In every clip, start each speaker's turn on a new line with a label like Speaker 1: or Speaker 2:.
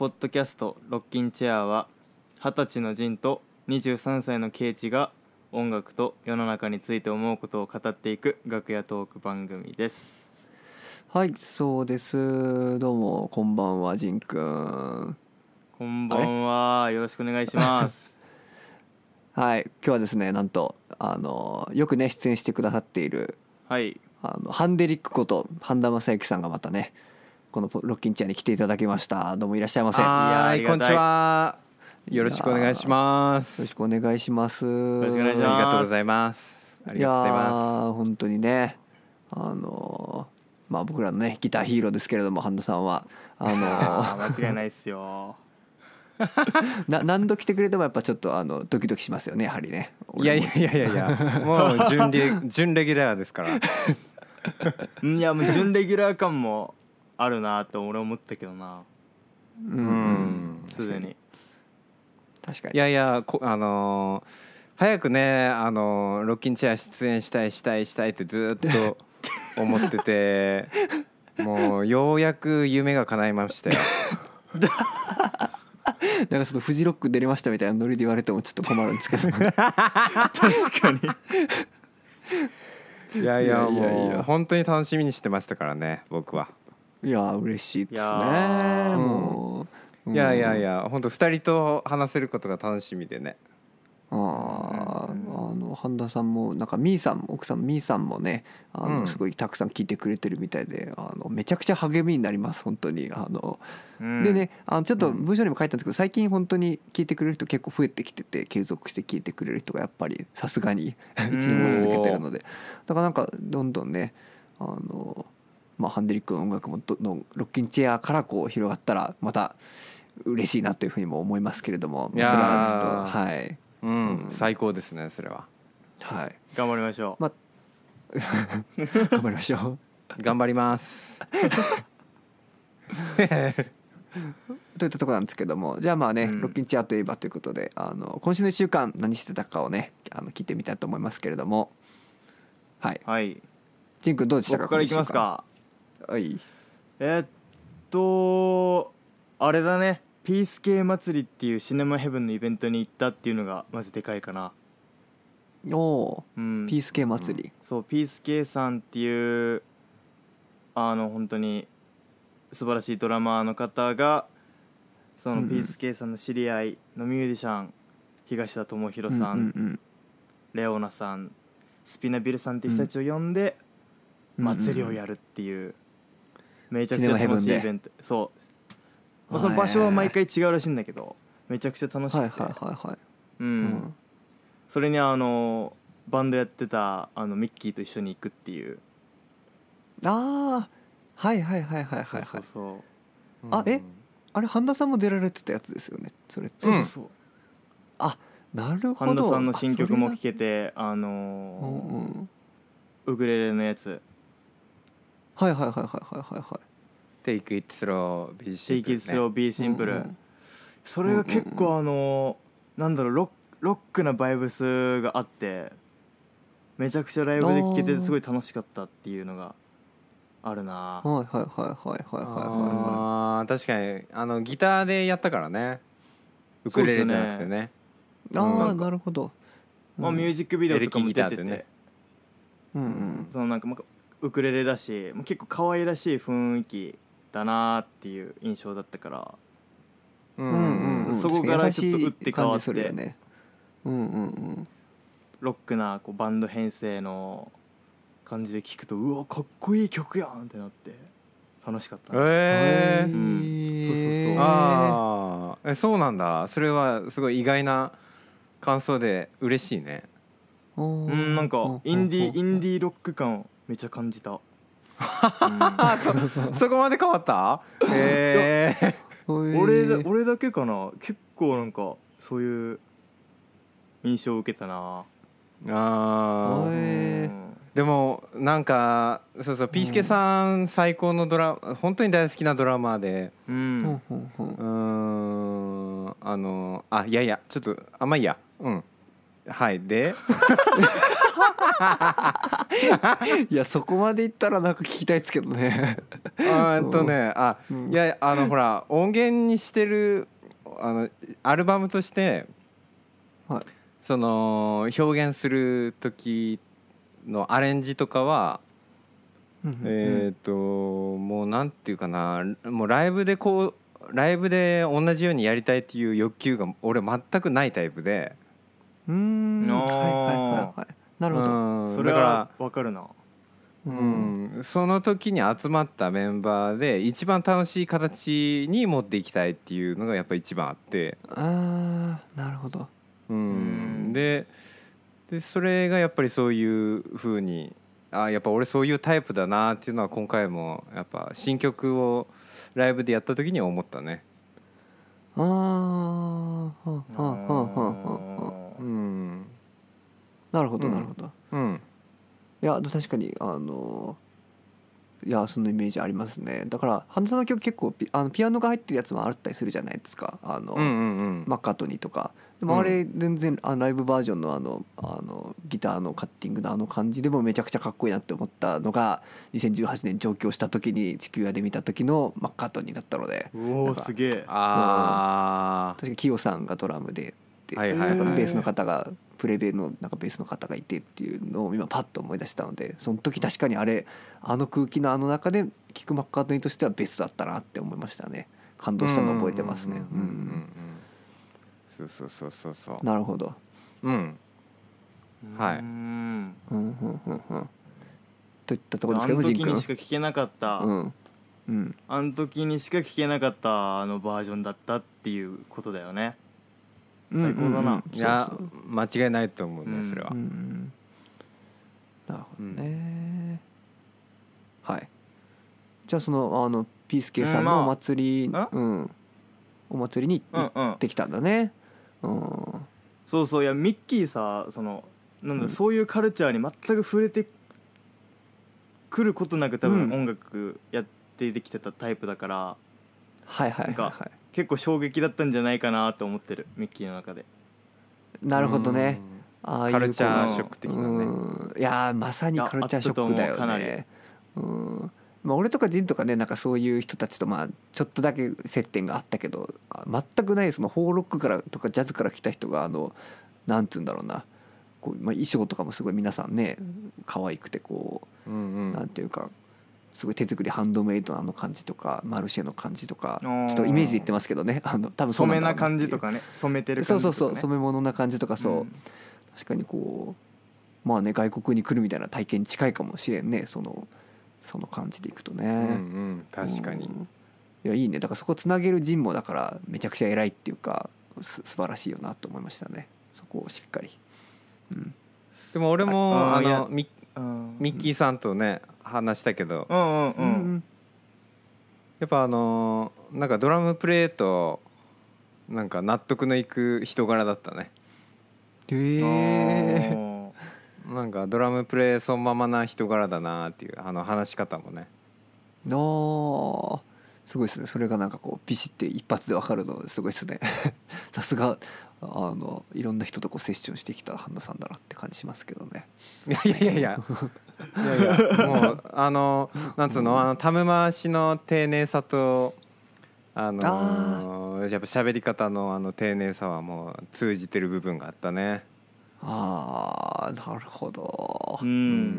Speaker 1: ポッドキャストロッキンチェアは20歳のジンと23歳のケイチが音楽と世の中について思うことを語っていく楽屋トーク番組です。
Speaker 2: はい、そうです。どうもこんばんは、ジンくん。
Speaker 1: こんばんは、よろしくお願いします
Speaker 2: はい、今日はですね、なんとよくね出演してくださっている、
Speaker 1: はい、
Speaker 2: ハンデリックこと半田正幸さんがまたねこのロッキンチェアに来ていただきました。どうもいらっしゃいませ。
Speaker 3: はい、こんにちは。よろしくお願いしま
Speaker 2: よ
Speaker 3: す。
Speaker 2: ろしくお願いします。よ
Speaker 1: ろしくお願いします。
Speaker 3: ありがとうございます。ありがとうございます。
Speaker 2: 本当にね、僕らのねギターヒーローですけれども、半田さんは
Speaker 1: 間違いないっすよ
Speaker 2: 何度来てくれてもやっぱちょっとドキドキしますよね、やはりね。
Speaker 3: いやもう準レギュラーですから
Speaker 1: いやもう準レギュラー感もあるなって俺思ったけどな。すでに
Speaker 2: 確かに。
Speaker 3: いや早くねロッキンチェア出演したいってずっと思っててもうようやく夢が叶いましたよ
Speaker 2: なんかちょっとフジロック出れましたみたいなノリで言われてもちょっと困るんですけど
Speaker 1: 確かに
Speaker 3: いやもう本当に楽しみにしてましたからね、僕は。
Speaker 2: いや嬉しいですね。もう
Speaker 3: いや本当2人と話せることが楽しみでね。
Speaker 2: 半田さんもなんかミーさんも奥さんミーさんもねすごいたくさん聞いてくれてるみたいで、めちゃくちゃ励みになります本当に。でねちょっと文章にも書いたんですけど、最近本当に聞いてくれる人結構増えてきてて、継続して聞いてくれる人がやっぱりさすがにいつでも続けてるので、だからなんかどんどんねハンデリックの音楽ものロッキンチェアからこう広がったらまた嬉しいなというふうにも思いますけれども、それはちょっとはい
Speaker 3: 最高ですね、それは。
Speaker 2: はい、
Speaker 1: 頑張りましょう、
Speaker 2: 頑張りましょ
Speaker 3: う頑張ります
Speaker 2: といったところなんですけども、じゃあロッキンチェアといえばということで今週の1週間何してたかをね聞いてみたいと思いますけれども、はいジン君どうでしたか。
Speaker 1: 僕からいきますか。
Speaker 2: はい。
Speaker 1: あれだね、ピース系祭りっていうシネマヘブンのイベントに行ったっていうのがまずでかいかな。
Speaker 2: ピース系祭り、
Speaker 1: そう、ピース系さんっていう本当に素晴らしいドラマーの方がそのピース系さんの知り合いのミュージシャン、東田智弘さん、レオナさん、スピナビルさんっていう人たちを呼んで祭りをやるっていうめちゃくちゃ楽しいイベント。そう、その場所は毎回違うらしいんだけどめちゃくちゃ楽しくて、それにバンドやってたミッキーと一緒に行くっていう。
Speaker 2: はい
Speaker 1: そう
Speaker 2: あれ半田さんも出られてたやつですよね、それって。
Speaker 1: そう
Speaker 2: なるほど。
Speaker 1: 半田さんの新曲も聴けてウクレレのやつ、
Speaker 2: はい
Speaker 3: Take it slow, be
Speaker 1: Take it
Speaker 3: simple
Speaker 1: slow, be simple、それが結構なんだろう、ロックなバイブスがあってめちゃくちゃライブで聴けてすごい楽しかったっていうのがあるな。
Speaker 2: 確か
Speaker 3: にギターでやったからね、ウクレレじゃなくてね。
Speaker 2: なるほど。
Speaker 1: ミュージックビデオとかも出てて、
Speaker 3: ね、
Speaker 1: そのなんかウクレレだし結構可愛らしい雰囲気だなっていう印象だったから、そこからちょっと打って変わって、ロックなこうバンド編成の感じで聴くと、うわかっこいい曲やんってなって楽しかったね。
Speaker 3: そうなんだ。それはすごい意外な感想で嬉しいね。
Speaker 1: なんかインディーロック感めっちゃ感じた
Speaker 3: そこまで変わった？
Speaker 1: 俺だけかな。結構なんかそういう印象を受けたな。
Speaker 3: でもなんかそうピースケさん最高の本当に大好きなドラマーで、いやちょっとあんまいいや。 はいで
Speaker 2: いやそこまでいったらなんか聞きたいですけどね
Speaker 3: いやほら音源にしてるアルバムとして、
Speaker 2: はい、
Speaker 3: その表現する時のアレンジとかは、もうなんていうかな、もうライブで同じようにやりたいっていう欲求が俺全くないタイプで、
Speaker 2: はいなるほど、
Speaker 1: それは分かるな。
Speaker 3: その時に集まったメンバーで一番楽しい形に持っていきたいっていうのがやっぱ一番あって、
Speaker 2: なるほど、
Speaker 3: でそれがやっぱりそういう風にやっぱ俺そういうタイプだなっていうのは今回もやっぱ新曲をライブでやった時に思ったね。
Speaker 2: なるほどなるほど、いや確かにいやそのイメージありますね。だから半田さんの曲結構ピアノが入ってるやつもあったりするじゃないですか、マッカートニーとか。でもあれ全然ライブバージョンのギターのカッティングの感じでもめちゃくちゃかっこいいなって思ったのが2018年上京した時に地球屋で見た時のマッカートニーだったので、
Speaker 1: おおすげえ。
Speaker 2: 確かにキヨさんがドラムで、ベースの方がプレベのなんかベースの方がいてっていうのを今パッと思い出したので、その時確かに空気の中でキック・マッカートニーとしてはベストだったなって思いましたね。感動したの覚えてますね。
Speaker 3: そう
Speaker 2: なるほど。
Speaker 3: はい。
Speaker 2: といったところですけど、
Speaker 1: あの時にしか聴けなかった、あの時にしか聴けなかったバージョンだったっていうことだよね。最高だな。
Speaker 3: いや間違いないと思うね、それは。
Speaker 2: なるほどね。はい。じゃあそのピースケさんのお祭り、お祭りに行ってきたんだね。
Speaker 1: そうそう、いやミッキーさ、そういうカルチャーに全く触れてくることなく多分音楽やってきてたタイプだから、なんか結構衝撃だったんじゃないかなと思ってる、ミッキーの中で。
Speaker 2: なるほどね。
Speaker 3: カルチャーショック的なね。
Speaker 2: いやまさにカルチャーショックだよね。俺とかジンとかね、なんかそういう人たちとちょっとだけ接点があったけど、全くないそのホーロックからとかジャズから来た人がなんつうんだろうな、こう衣装とかもすごい皆さんね可愛くてこう、なんていうかすごい手作りハンドメイドの感じとかマルシェの感じとかちょっとイメージで言ってますけどね、多分そうなんだろうなっていう
Speaker 1: 染めな感じとかね、染めてる感じとかね、
Speaker 2: そう染め物な感じとか、確かにこう外国に来るみたいな体験に近いかもしれんね、その感じでいくとね。
Speaker 3: 確かに。
Speaker 2: いやいいね。だからそこつなげる陣もだからめちゃくちゃ偉いっていうか素晴らしいよなと思いましたね、そこをしっかり。
Speaker 3: でも俺もミッキーさんとね話したけど、やっぱなんかドラムプレイとなんか納得のいく人柄だったね。なんかドラムプレイそのままな人柄だなっていう話し方もね。
Speaker 2: すごいですね。それがなんかこうピシッて一発で分かるのすごいですね。さすがいろんな人とこうセッションしてきた半田さんだなって感じしますけどね。
Speaker 3: いやもうなんつうのタム回しの丁寧さとやっぱ喋り方の丁寧さはもう通じてる部分があったね。
Speaker 2: なるほど。
Speaker 1: い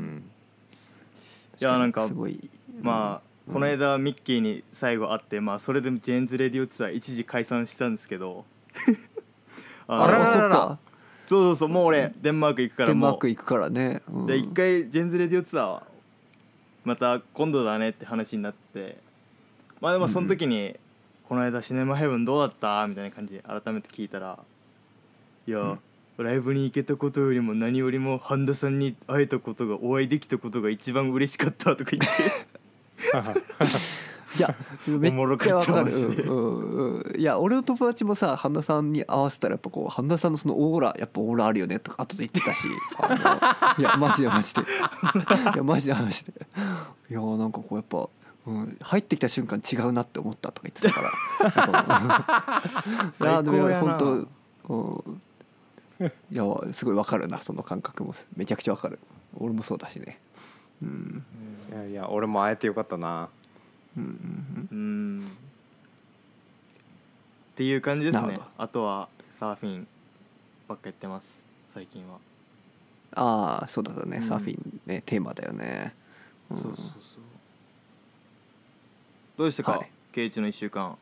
Speaker 1: やなんか
Speaker 2: すごい、
Speaker 1: この間ミッキーに最後会って、それでジェーンズレディオツアー一時解散したんですけど
Speaker 2: そっか。
Speaker 1: そうもう俺デンマーク行くから、
Speaker 2: デンマーク行くからね。
Speaker 1: で一回ジェーンズレディオツアーはまた今度だねって話になって、でもその時に、この間シネマヘブンどうだったみたいな感じで改めて聞いたら、いや、ライブに行けたことよりも何よりも半田さんに会えたことが、お会いできたことが一番嬉しかったとか言って
Speaker 2: いやめっちゃわかる。いや俺の友達もさ半田さんに合わせたらやっぱこう半田さんのそのオーラやっぱオーラあるよねとか後で言ってたしいやマジでいやマジで話していやなんかこうやっぱ、入ってきた瞬間違うなって思ったとか言ってたから
Speaker 1: 最高やな。
Speaker 2: 本当、 いやすごいわかるな、その感覚もめちゃくちゃわかる。俺もそうだしね。
Speaker 3: いやいや俺も会えてよかったな。
Speaker 1: っていう感じですね。あとはサーフィンばっかやってます最近は。
Speaker 2: ああそうだね、サーフィンねテーマだよね。
Speaker 1: そうそうそう。どうでしたか、ケイチの1週間。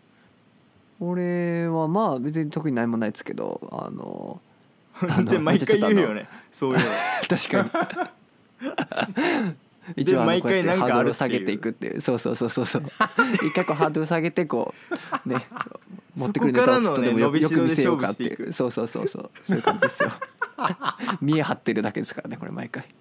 Speaker 2: 俺はまあ別に特に何もないですけど
Speaker 1: で毎回言うよねそういう
Speaker 2: 確かに一応
Speaker 1: 毎回
Speaker 2: ハードルを下げていくっていう。そう一回こうハードル下げてこうね持ってくるネタをちょっとでもよく見せようかっていう。そういう感じですよ見え張ってるだけですからねこれ毎回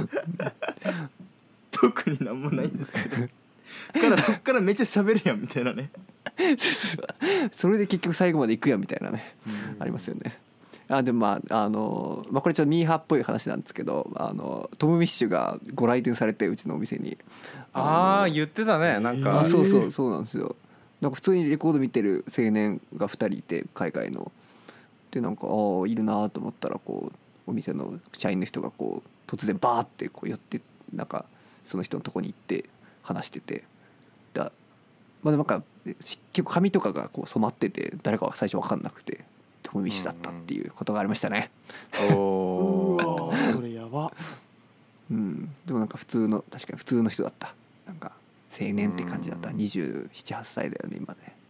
Speaker 1: 特になんもないんですけどからそっからめっちゃ喋るやんみたいなね
Speaker 2: それで結局最後まで行くやんみたいなねありますよね。でもこれちょっとミーハーっぽい話なんですけどトム・ミッシュがご来店されてうちのお店に
Speaker 3: 言ってたねなんか。
Speaker 2: そうなんですよ。なんか普通にレコード見てる青年が2人いて海外のでなんかいるなと思ったらこうお店の社員の人がこう突然バーってこう寄ってなんかその人のとこに行って話しててなんか結構髪とかがこう染まってて誰かは最初分かんなくてトム・ミッシュだったっていうことがありましたね。
Speaker 1: おーそれやば。
Speaker 2: でもなんか確かに普通の人だった。なんか青年って感じだった。27、8歳だよね今ね。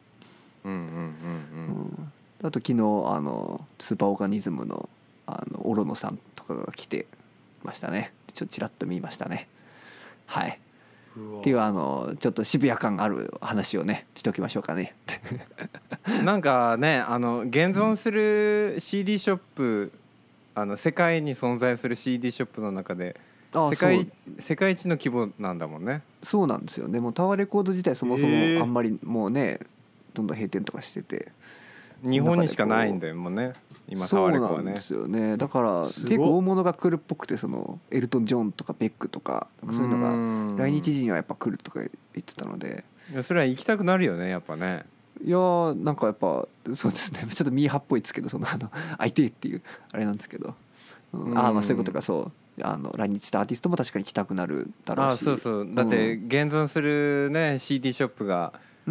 Speaker 2: あと昨日スーパーオーガニズムのオロノさんとかが来てましたね。ちょっとちらっと見ましたね。はい。っていうちょっと渋谷感ある話をねしておきましょうかね
Speaker 3: なんかね現存する CD ショップ世界に存在する CD ショップの中で世界一の規模なんだもんね。
Speaker 2: そうなんですよね。もうタワーレコード自体そもそもあんまりもうねどんどん閉店とかしてて
Speaker 3: 日本にしかないんだよもんね今タワーレコはね。そうなん
Speaker 2: ですよね。だから結構大物が来るっぽくてそのエルトン・ジョンとかベックとかそういうのが来日時にはやっぱ来るとか言ってたので
Speaker 3: それは行きたくなるよねやっぱね。
Speaker 2: いやなんかやっぱそうですねちょっとミーハーっぽいですけど相手っていうあれなんですけど、まあそういうことか。そう来日したアーティストも確かに来たくなるだろうし。
Speaker 3: そうだって現存するね CD ショップが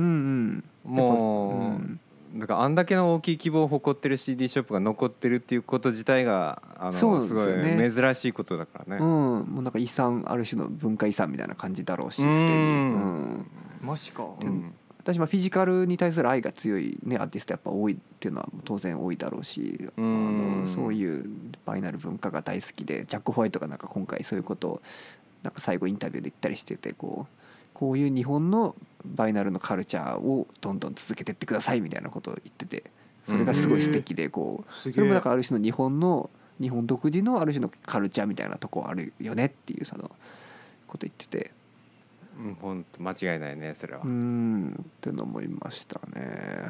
Speaker 3: もうだからあんだけの大きい規模を誇ってる CD ショップが残ってるっていうこと自体がすごい珍しいことだからね。
Speaker 2: もうなんか遺産ある種の文化遺産みたいな感じだろうしすでに。
Speaker 1: マジか。
Speaker 2: 私フィジカルに対する愛が強い、ね、アーティストやっぱ多いっていうのは当然多いだろうしそういうバイナル文化が大好きでジャック・ホワイトがなんか今回そういうことをなんか最後インタビューで言ったりしててこういう日本のバイナルのカルチャーをどんどん続けていってくださいみたいなことを言っててそれがすごい素敵でそれもなんかある種の日本独自のある種のカルチャーみたいなとこあるよねっていうそのこと言ってて。
Speaker 3: 本当間違いないねそれは。
Speaker 2: っての思いましたね。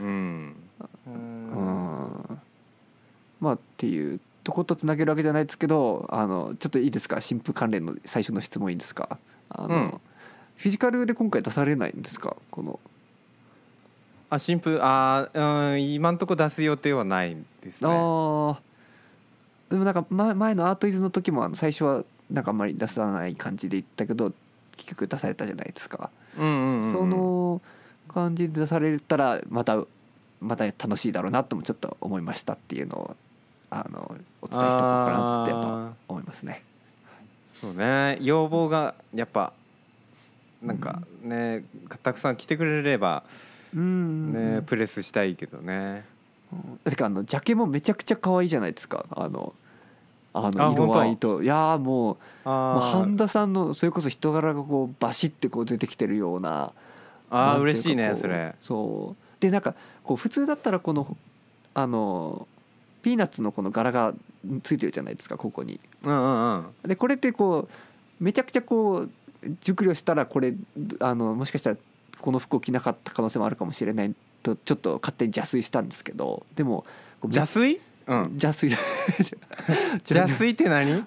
Speaker 2: まあっていうとことつなげるわけじゃないですけどちょっといいですか新婦関連の最初の質問いいですか。フィジカルで今回出されないんですかこの。
Speaker 3: 新婦今んとこ出す予定はないですね。で
Speaker 2: もなんか前のアートイズの時も最初はなんかあんまり出さない感じで言ったけど結局出されたじゃないですか。その感じで出されたらまた楽しいだろうなともちょっと思いましたっていうのをお伝えしておこうかなってやっぱ思いますね。
Speaker 3: そうね要望がやっぱなんかねたくさん来てくれればねプレスしたいけどね。
Speaker 2: てかジャケもめちゃくちゃ可愛いじゃないですか。色合いといやもう半田さんのそれこそ人柄がこうバシッてこう出てきてるような。
Speaker 3: 嬉しいねそれ。
Speaker 2: そうでなんかこう普通だったらこのピーナッツのこの柄がついてるじゃないですかここに。でこれってこうめちゃくちゃこう熟慮したらこれもしかしたらこの服を着なかった可能性もあるかもしれないとちょっと勝手に邪推したんですけどでも
Speaker 3: 邪推
Speaker 2: 邪推
Speaker 3: 邪推って何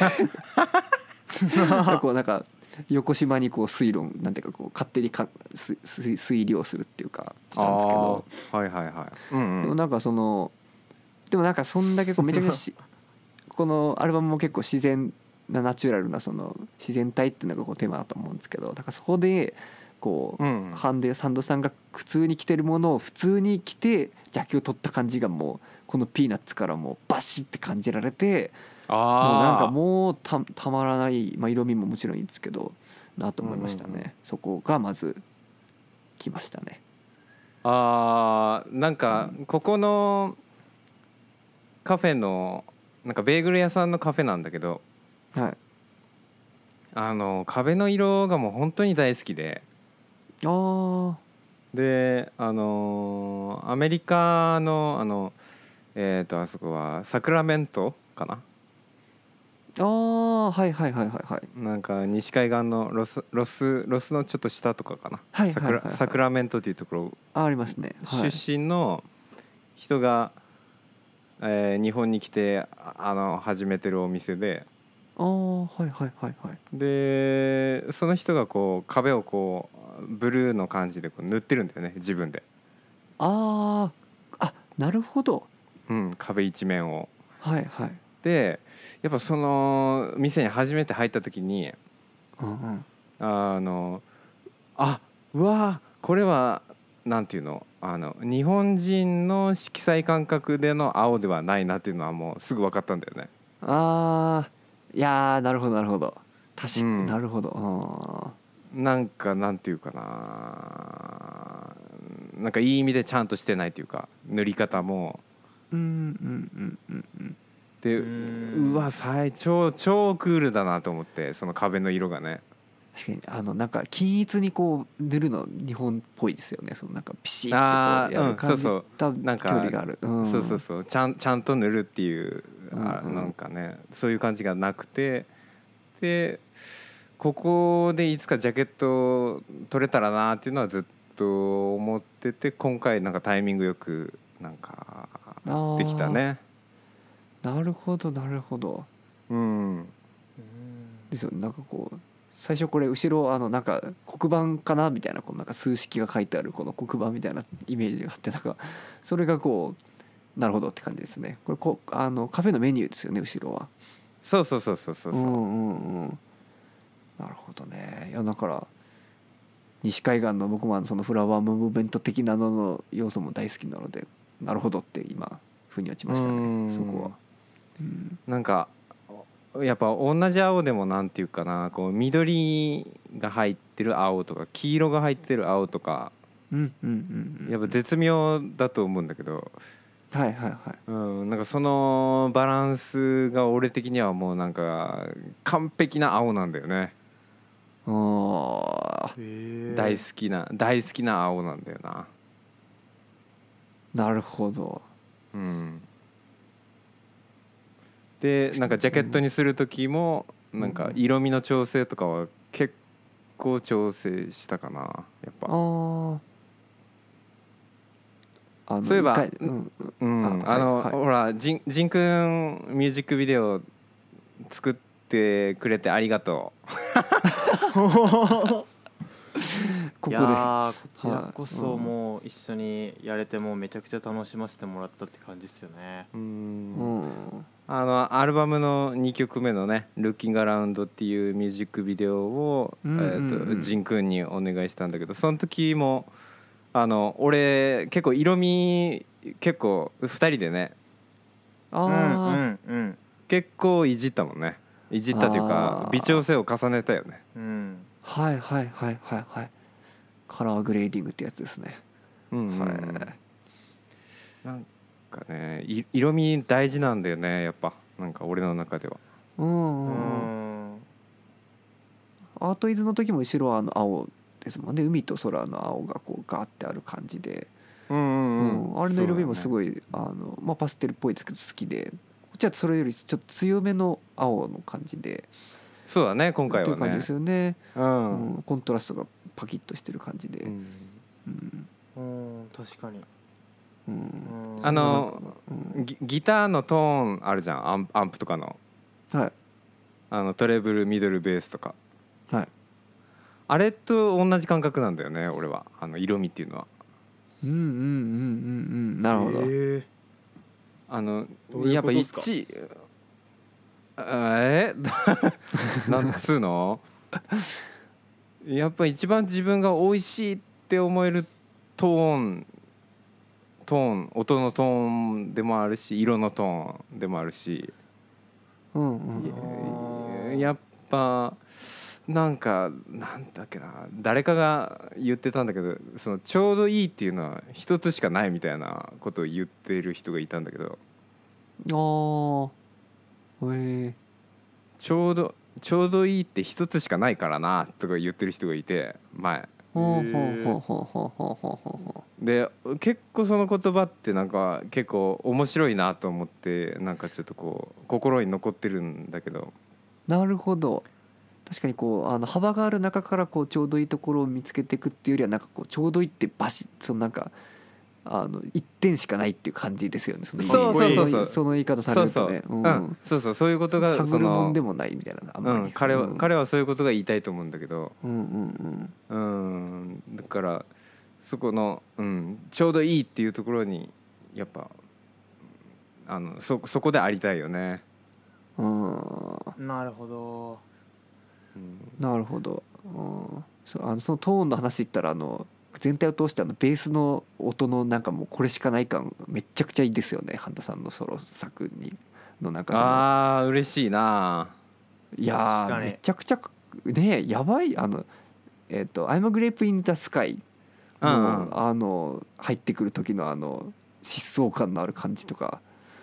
Speaker 2: なんか横島にこう推論なんていうかこう勝手に推理をするっていうかしたんですけど
Speaker 3: で
Speaker 2: もなんかそのでもなんかそんだけこうめちゃくちゃこのアルバムも結構自然なナチュラルなその自然体っていうのがこうテーマだと思うんですけど、だからそこでこう、サンドさんが普通に着てるものを普通に着てジャケを取った感じがもうこのピーナッツからもうバシッって感じられて、もうなんかもうたまらない、まあ、色味ももちろんいいんですけどなと思いましたね。そこがまず来ましたね。
Speaker 3: なんかここのカフェのなんかベーグル屋さんのカフェなんだけど、
Speaker 2: はい、
Speaker 3: 壁の色がもう本当に大好きで、でアメリカのあそこはサクラメントかな、
Speaker 2: はいはいはいはいはい、
Speaker 3: なんか西海岸のロスのちょっと下とかかな、
Speaker 2: はいはいはいはい、
Speaker 3: サクラメントっていうところ
Speaker 2: ありますね、
Speaker 3: 出身の人が、日本に来て始めてるお店で、
Speaker 2: はいはいはいはい、
Speaker 3: でその人がこう壁をこうブルーの感じでこう塗ってるんだよね、自分で。
Speaker 2: なるほど、
Speaker 3: 壁一面を。
Speaker 2: はいはい。
Speaker 3: でやっぱその店に初めて入った時に、うわこれはなんていうの、日本人の色彩感覚での青ではないなっていうのはもうすぐ分かったんだよね。
Speaker 2: いやなるほどなるほど、確かに、なるほど。
Speaker 3: なんかなんていうかな、なんかいい意味でちゃんとしてないというか、塗り方もで、うわ超クールだなと思って、その壁の色がね。
Speaker 2: 確かになんか均一にこう塗るの日本っぽいですよね。そのなんかピシッとこうやる感じ、なんか距離がある、
Speaker 3: そうちゃんと塗るっていう、なんかねそういう感じがなくて、でここでいつかジャケット取れたらなっていうのはずっと思ってて、今回なんかタイミングよくなんかできたね。
Speaker 2: なるほどなるほど。ですよね。なんかこう最初これ後ろなんか黒板かなみたいな、こうなんか数式が書いてあるこの黒板みたいなイメージがあって、なんかそれがこうなるほどって感じですね。これカフェのメニューですよね、後ろは。
Speaker 3: そう
Speaker 2: なるほどね。いやだから西海岸の僕もそのフラワームーブメント的なのの要素も大好きなので、なるほどって今ふうに落ちましたね、そこは。
Speaker 3: なんかやっぱ同じ青でもなんていうかな、こう緑が入ってる青とか黄色が入ってる青とか、やっぱ絶妙だと思うんだけど、なんかそのバランスが俺的にはもうなんか完璧な青なんだよね。大好きな青なんだよな。
Speaker 2: なるほど。
Speaker 3: でなんかジャケットにする時もなんか色味の調整とかは結構調整したかな、やっぱ。そういえばほらジンくんミュージックビデオ作ってくれてありがとう。
Speaker 1: いやこちらこそもう一緒にやれてもうめちゃくちゃ楽しませてもらったって感じですよね。
Speaker 3: アルバムの2曲目のね「Looking Around」っていうミュージックビデオをジンくんにお願いしたんだけど、その時も俺結構色味結構2人でね結構いじったもんね。いじったというか微調整を重ねたよね。
Speaker 2: はいカラーグレーディングってやつですね。
Speaker 3: なんかね色味大事なんだよね、やっぱなんか俺の中では。
Speaker 2: アートイズの時も後ろは青ですもんね。海と空の青がこうガーってある感じで、あれの色味もすごいパステルっぽいですけど好きで、こっちはそれよりちょっと強めの青の感じで。
Speaker 3: そうだね、今回はね。
Speaker 2: という感じですよね。コントラストがパキッとしてる感じで。
Speaker 1: 確かに。
Speaker 3: ギターのトーンあるじゃん、アンプとかの。トレブルミドルベースとか。あれと同じ感覚なんだよね、俺は。色味っていうのは。
Speaker 2: なるほど。
Speaker 1: どういう
Speaker 3: やっぱ
Speaker 1: ことっすか？
Speaker 3: なんつうのやっぱ一番自分が美味しいって思えるトーン音のトーンでもあるし色のトーンでもあるし、やっぱなんかなんだっけな、誰かが言ってたんだけど、そのちょうどいいっていうのは一つしかないみたいなことを言っている人がいたんだけど、ちょうどいいって一つしかないからなとか言ってる人がいて前で、結構その言葉ってなんか結構面白いなと思って、なんかちょっとこう心に残ってるんだけど。
Speaker 2: なるほど。確かにこう幅がある中からこうちょうどいいところを見つけていくっていうよりは、なんかこうちょうどいいってバシッ、そのなんか一点しかないっていう感じですよね。その言い方されるとね、
Speaker 3: そういうことが
Speaker 2: 探るもんでもないみたいな、
Speaker 3: 彼はそういうことが言いたいと思うんだけど、だからそこの、ちょうどいいっていうところにやっぱそこでありたいよね。
Speaker 1: なるほど、
Speaker 2: なるほど。そのトーンの話で言ったら全体を通してベースの音のなんかもうこれしかない感めっちゃくちゃいいですよね、半田さんのソロ作のなんか
Speaker 3: 嬉しいな。
Speaker 2: いやめちゃくちゃねやばい。I'm a Grape in the Sky の入ってくる時の疾走感のある感じとか、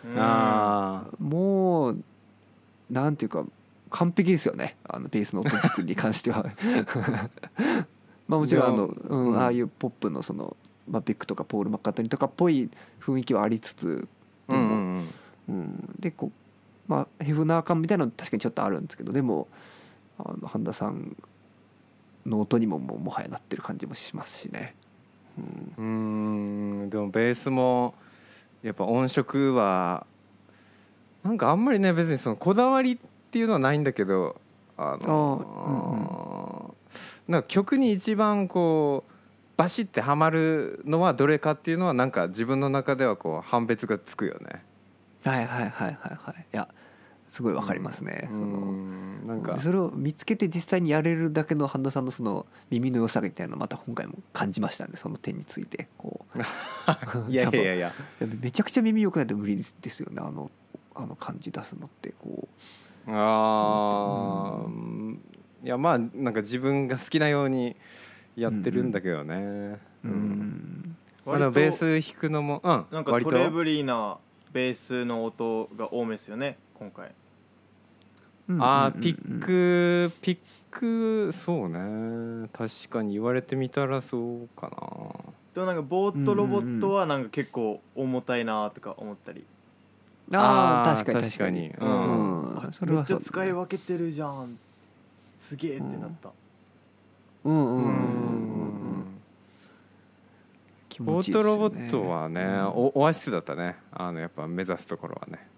Speaker 2: もうなんていうか完璧ですよね、ベースの音作りに関してはまあもちろんああいうポップのそのベックとかポール・マッカートニーとかっぽい雰囲気はありつつ、でもでこうヘフナー感みたいなの確かにちょっとあるんですけど、でも半田さんの音にももはやなってる感じもしますしね。
Speaker 3: でもベースもやっぱ音色はなんかあんまりね、別にそのこだわりっていうのはないんだけど、なんか曲に一番こうバシッてはまるのはどれかっていうのはなんか自分の中ではこう判別がつくよね。
Speaker 2: いやすごいわかりますね。なんかそれを見つけて実際にやれるだけの半田さんのその耳の良さみたいなのをまた今回も感じましたね、その点についてこ
Speaker 3: ういや
Speaker 2: めちゃくちゃ耳良くないと無理ですよね、感じ出すのってこう。
Speaker 3: いやまあなんか自分が好きなようにやってるんだけどね。ベース弾くのも
Speaker 1: なんかトレブリーなベースの音が多めですよね今回。
Speaker 3: ピックそうね、確かに言われてみたらそうかな。
Speaker 1: でもなんかボートロボットはなんか結構重たいなとか思ったり。
Speaker 2: 確かに
Speaker 1: それはめっちゃ使い分けてるじゃん、すげえってなった。
Speaker 3: ボートロボットはね、オアシスだったね。やっぱ目指すところはね。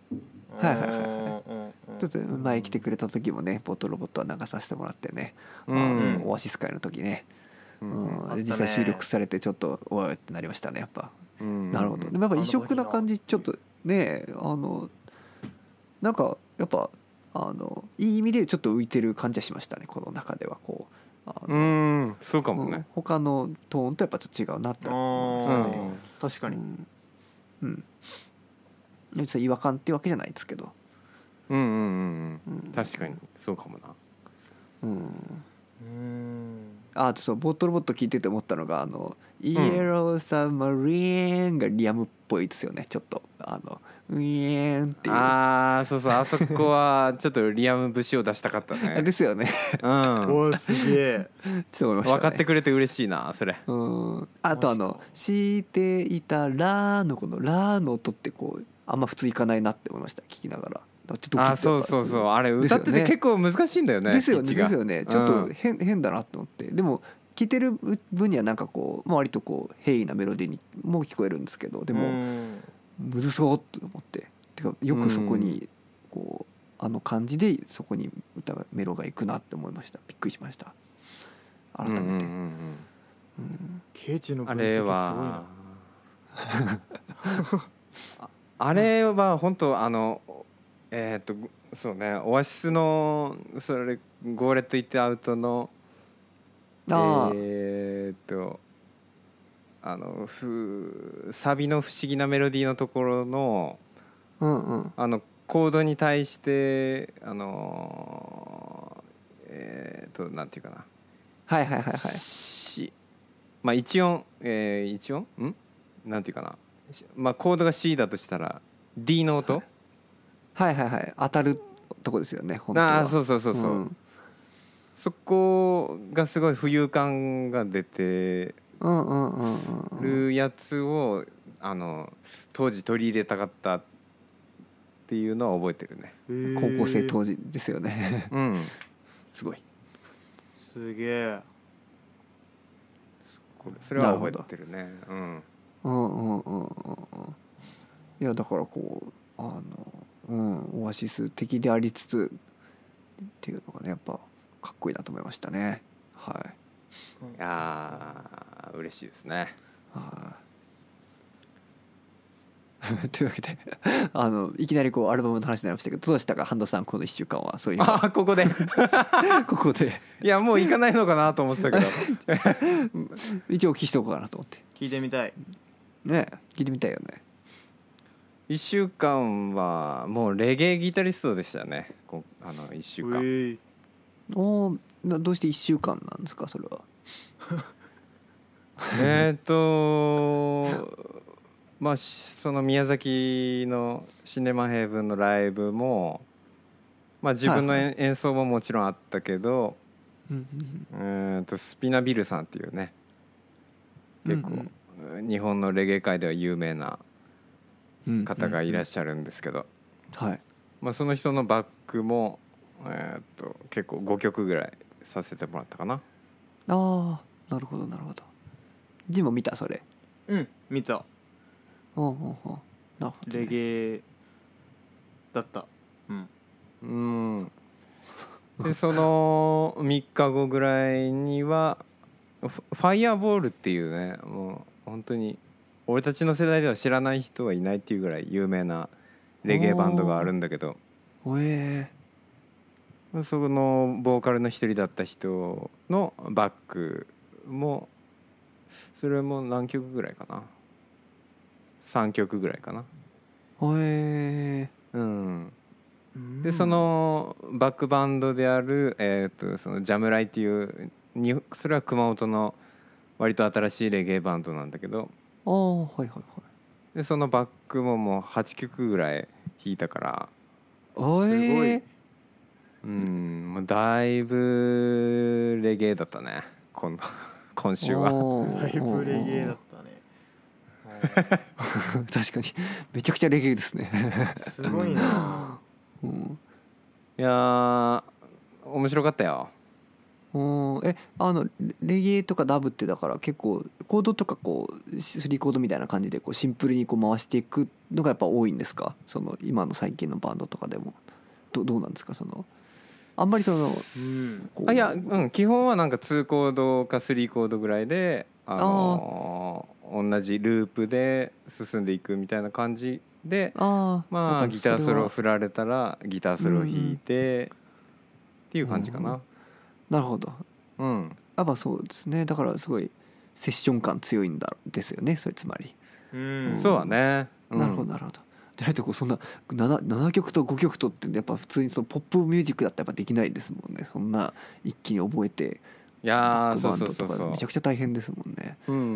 Speaker 2: ちょっと前来てくれた時もね、ボートロボットは流させてもらってね、オアシス会の時ね、実際収録されてちょっとおわってなりましたね、やっぱ。なるほど。でもやっぱ異色な感じ、ちょっとね、なんかやっぱいい意味でちょっと浮いてる感じはしましたね、この中ではこう。
Speaker 3: そうかもね。
Speaker 2: 他のトーンとやっぱちょっと違うなって思いましたね。
Speaker 1: 確かに。
Speaker 2: 別に違和感っていうわけじゃないですけど。
Speaker 3: 確かにそうかもな。
Speaker 2: あとそうボートロボット聞いてて思ったのがイエローサマリーンがリアムっぽいですよね、ちょっとウィーンっていう。
Speaker 3: そうあそこはちょっとリアム節を出したかったね
Speaker 2: ですよね。
Speaker 1: おすげえ
Speaker 2: ちょっと思いましたね。
Speaker 3: 分かってくれて嬉しいなそれ。
Speaker 2: あとしていたラーのこのラーの音ってこうあんま普通いかないなって思いました、聞きながら。
Speaker 3: そうあれ歌ってて結構難しいんだよね。
Speaker 2: ですよねちょっと変だなと思って。でも聴いてる分にはなんかこう割とこう平易なメロディーにも聞こえるんですけど、でもむずそうと思って、てかよくそこにこう感じでそこにメロがいくなって思いました。びっくりしました改めて。
Speaker 1: ケイチの分析すごいな。
Speaker 3: あれは本当そうね、オアシスのそれゴーレット・イット・アウトのサビの不思議なメロディーのところの、コードに対してなんていうかな、まあ一音なんていうかな、まあコードが C だとしたら D の音、
Speaker 2: 当たるとこですよね本当は。
Speaker 3: そう、そこがすごい浮遊感が出てるやつを当時取り入れたかったっていうのは覚えてるね。
Speaker 2: 高校生当時ですよねすごい、
Speaker 1: すげえ、
Speaker 3: それは覚えてるね。
Speaker 2: いやだからこうオアシス的でありつつっていうのがねやっぱかっこいいなと思いましたね。
Speaker 3: いや嬉しいですね。
Speaker 2: というわけでいきなりこうアルバムの話になりましたけど、どうでしたか半田さん、この1週間は。そういう
Speaker 3: ここで
Speaker 2: ここで
Speaker 3: いやもう行かないのかなと思ってたけど
Speaker 2: 一応お聞きしておこうかなと思って
Speaker 1: 聞いてみたい
Speaker 2: ね。聞いてみたいよね。
Speaker 3: 1週間はもうレゲエギタリストでしたね。1週間
Speaker 2: どうして1週間なんですかそれは。
Speaker 3: まあその宮崎のシネマヘイブンのライブも、まあ、自分の演奏ももちろんあったけど、スピナビルさんっていうね結構日本のレゲエ界では有名な方がいらっしゃるんですけど、まあ、その人のバックも、結構5曲ぐらいさせてもらったかな。
Speaker 2: なるほどなるほど。ジンも見たそれ。
Speaker 1: 見た。レゲエだった。
Speaker 3: でその3日後ぐらいにはファイアボールっていうね、もう本当に俺たちの世代では知らない人はいないっていうぐらい有名なレゲエバンドがあるんだけど、そのボーカルの一人だった人のバックもそれも何曲ぐらいかな、3曲ぐらいかな。でそのバックバンドである、そのジャムライっていうそれは熊本の割と新しいレゲエバンドなんだけど、でそのバックももう8曲ぐらい弾いたから、
Speaker 1: すごい。
Speaker 3: もうだいぶレゲエだったね今週は。
Speaker 1: だいぶレゲエだったね。
Speaker 2: 確かにめちゃくちゃレゲエですね。
Speaker 1: すごいな。
Speaker 3: いや面白かったよ。
Speaker 2: レゲエとかダブってだから結構コードとかこう3コードみたいな感じでこうシンプルにこう回していくのがやっぱ多いんですか、その今の最近のバンドとかでも。どうなんですか、そのあんまりその、
Speaker 3: いや、基本はなんか2コードか3コードぐらいで同じループで進んでいくみたいな感じで、まあギターソロを振られたらギターソロを弾いてっていう感じかな。
Speaker 2: なるほど。やっぱそうですね。だからすごいセッション感強いんですよね、それつまり。
Speaker 3: そうだね。
Speaker 2: なるほどなるほど。じゃないとこうそんな 7曲と5曲とってやっぱ普通にそのポップミュージックだったらやっぱできないですもんね。そんな一気に覚えて。
Speaker 3: いや
Speaker 2: バンドとかめちゃくちゃ大変ですもんね。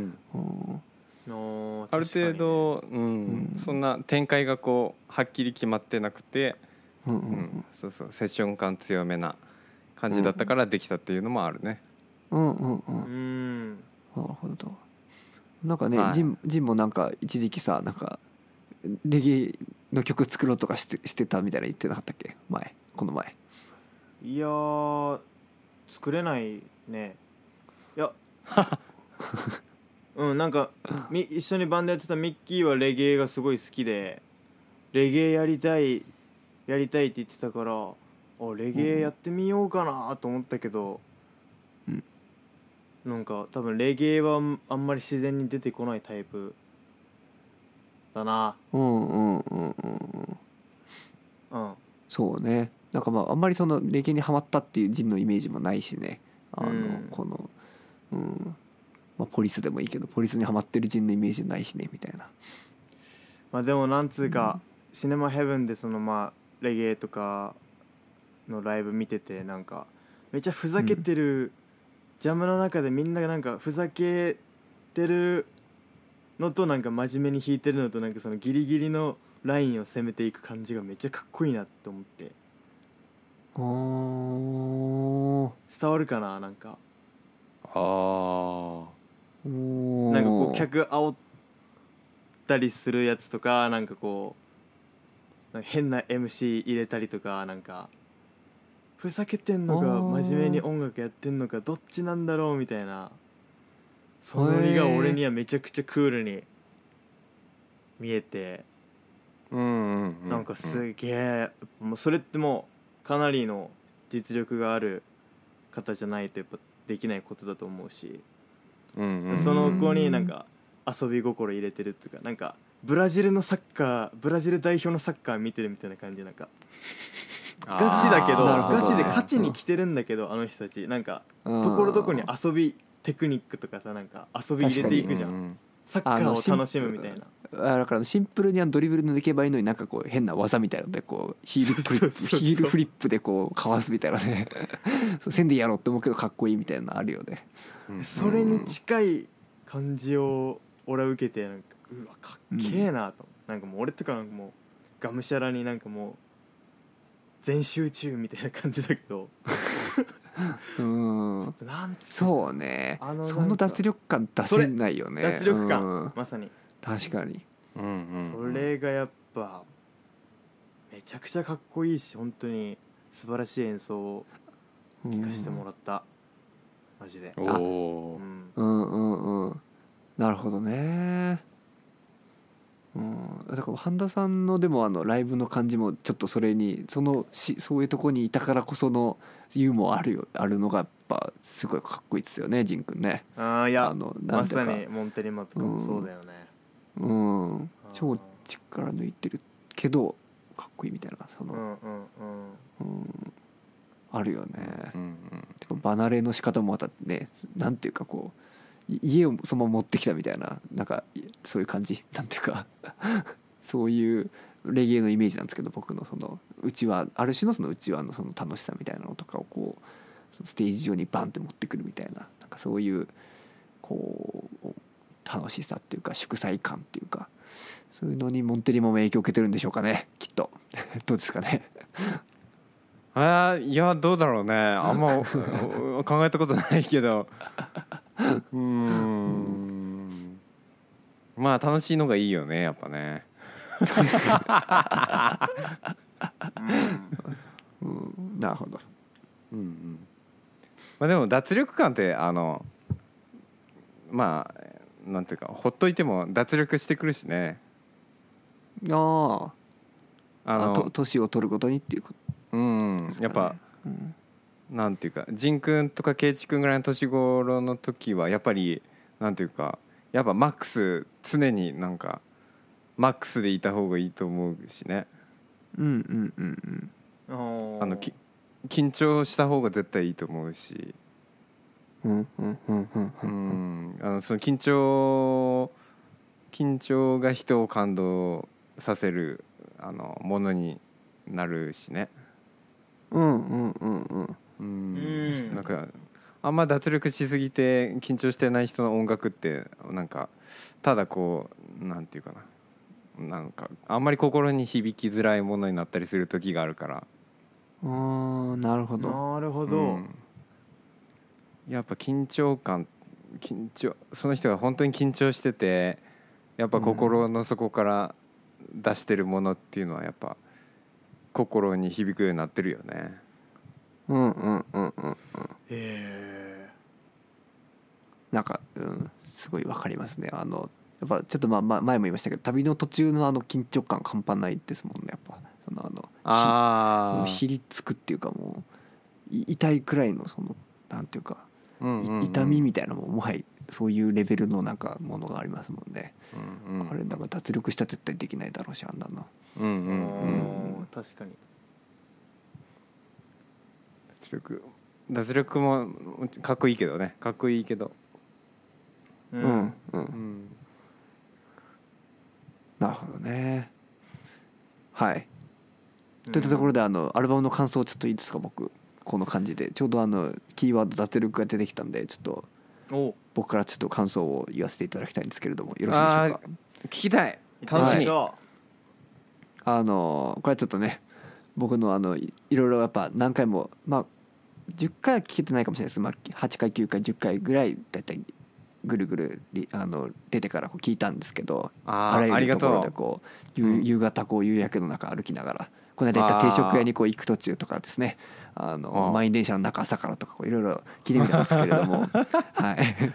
Speaker 3: ある程度、そんな展開がこうはっきり決まってなくて、セッション感強めな感じだったからできたっていうのもあるね。
Speaker 2: なるほど。なんかね、ジンもなんか一時期さ、なんかレゲエの曲作ろうとかしてたみたいな言ってなかったっけ、この前。
Speaker 1: いや作れないね。いやなんか一緒にバンドやってたミッキーはレゲエがすごい好きで、レゲエやりたいって言ってたから、レゲエやってみようかなと思ったけど、なんか多分レゲエはあんまり自然に出てこないタイプだな。
Speaker 2: そうね。なんかまああんまりそのレゲエにハマったっていうジンのイメージもないしね。このまあ、ポリスでもいいけどポリスにハマってるジンのイメージないしねみたいな。
Speaker 1: まあでもなんつうか、シネマヘブンでそのまあレゲエとかのライブ見てて、なんかめっちゃふざけてる、ジャムの中でみんながなんかふざけてるのとなんか真面目に弾いてるのとなんかそのギリギリのラインを攻めていく感じがめっちゃかっこいいなって思って。伝わるかな。なんかなんかこう客煽ったりするやつとか、なんかこうなんか変な MC 入れたりとか、なんかふざけてんのか真面目に音楽やってんのかどっちなんだろうみたいな、そのノリが俺にはめちゃくちゃクールに見えて、なんかすげえ、もうそれってもうかなりの実力がある方じゃないとやっぱできないことだと思うし、その子になんか遊び心入れてるっていうか、なんかブラジル代表のサッカー見てるみたいな感じ。なんかガチだけど、ガチで勝ちに来てるんだけど、あの人たちなんかところどころに遊びテクニックとかさ、なんか遊び入れていくじゃん。サッカーを楽しむみたいな。
Speaker 2: だからシンプルにドリブル抜けばいいのになんかこう変な技みたいなのでこうヒールフリップでこうかわすみたいなねせんでやろうって思うけどかっこいいみたいなのあるよね。
Speaker 1: それに近い感じを俺は受けて、なんかうわかっけえなと、なんかもう俺とかなんかもうがむしゃらになんかもう全集中みたいな感じだけど
Speaker 2: なんそうね、その脱力感出せないよね。
Speaker 1: 脱力感、まさに
Speaker 2: 確かに、
Speaker 1: それがやっぱめちゃくちゃかっこいいし、本当に素晴らしい演奏を聴かせてもらった、マジで。
Speaker 2: なるほどね。だから半田さんのでもライブの感じもちょっとそれにそういうとこにいたからこそのユーモアあるのがやっぱすごいかっこいいですよね、ジンくんね。
Speaker 1: いやまさにモンテリマとかもそうだよね。
Speaker 2: 超力抜いてるけどかっこいいみたいなあるよね。てか離れの仕方もまたね、なんていうかこう家をそのまま持ってきたみたいな、なんかそういう感じ、なんていうかそういうレゲエのイメージなんですけど、僕のその内輪、ある種のその内輪のその楽しさみたいなのとかをこうステージ上にバンって持ってくるみたいな、なんかそういうこう楽しさっていうか祝祭感っていうか、そういうのにモンテリマも影響を受けてるんでしょうかね、きっとどうですかね。
Speaker 3: いやどうだろうね、あんま考えたことないけどまあ楽しいのがいいよね、やっぱね。
Speaker 2: なるほど。
Speaker 3: まあでも脱力感ってまあなんていうかほっといても脱力してくるしね。
Speaker 2: 年を取るごとにっていうこと、
Speaker 3: やっぱ、なんていうかジンくんとかケイチくんぐらいの年頃の時はやっぱりなんていうかやっぱマックス、常になんかマックスでいた方がいいと思うしね。緊張した方が絶対いいと思うし、その緊張が人を感動させるものになるしね。なんかあんま脱力しすぎて緊張してない人の音楽ってなんかただこうなんていうかな、なんかあんまり心に響きづらいものになったりする時があるから。
Speaker 2: なるほど、
Speaker 3: やっぱ緊張、その人が本当に緊張しててやっぱ心の底から出してるものっていうのはやっぱ心に響くようになってるよね。
Speaker 2: なんか、すごいわかりますね。やっぱちょっと前も言いましたけど、旅の途中の緊張感半端ないですもんね。やっぱひりつくっていうか、もう痛いくらいのそのなんていうか、痛みみたいなもんもはいそういうレベルのなんかものがありますもんね、
Speaker 3: うんうん、
Speaker 2: あれなんか脱力したら絶対できないだろうしあんなの、
Speaker 3: うんうんうん、
Speaker 1: 確かに
Speaker 3: 脱力もかっこいいけどね、かっこいいけど、
Speaker 2: うんうん、
Speaker 3: うん、
Speaker 2: なるほどね。はい、といったところでアルバムの感想をちょっといいですか。僕この感じでちょうどキーワード脱力が出てきたんで、ちょっと僕からちょっと感想を言わせていただきたいんですけれども、よろしいでしょうか。
Speaker 3: 聞きたい、楽しみ。
Speaker 2: これはちょっとね、僕のいろいろやっぱ何回も10回は聞けてないかもしれないです。8回9回10回ぐらいだいたいぐるぐる出てから聞いたんですけど、あらゆるところで夕方夕焼けの中歩きながら、この間行った定食屋に行く途中とかですね、満員電車の中朝からとかいろいろ聞いてみたんですけれどもはい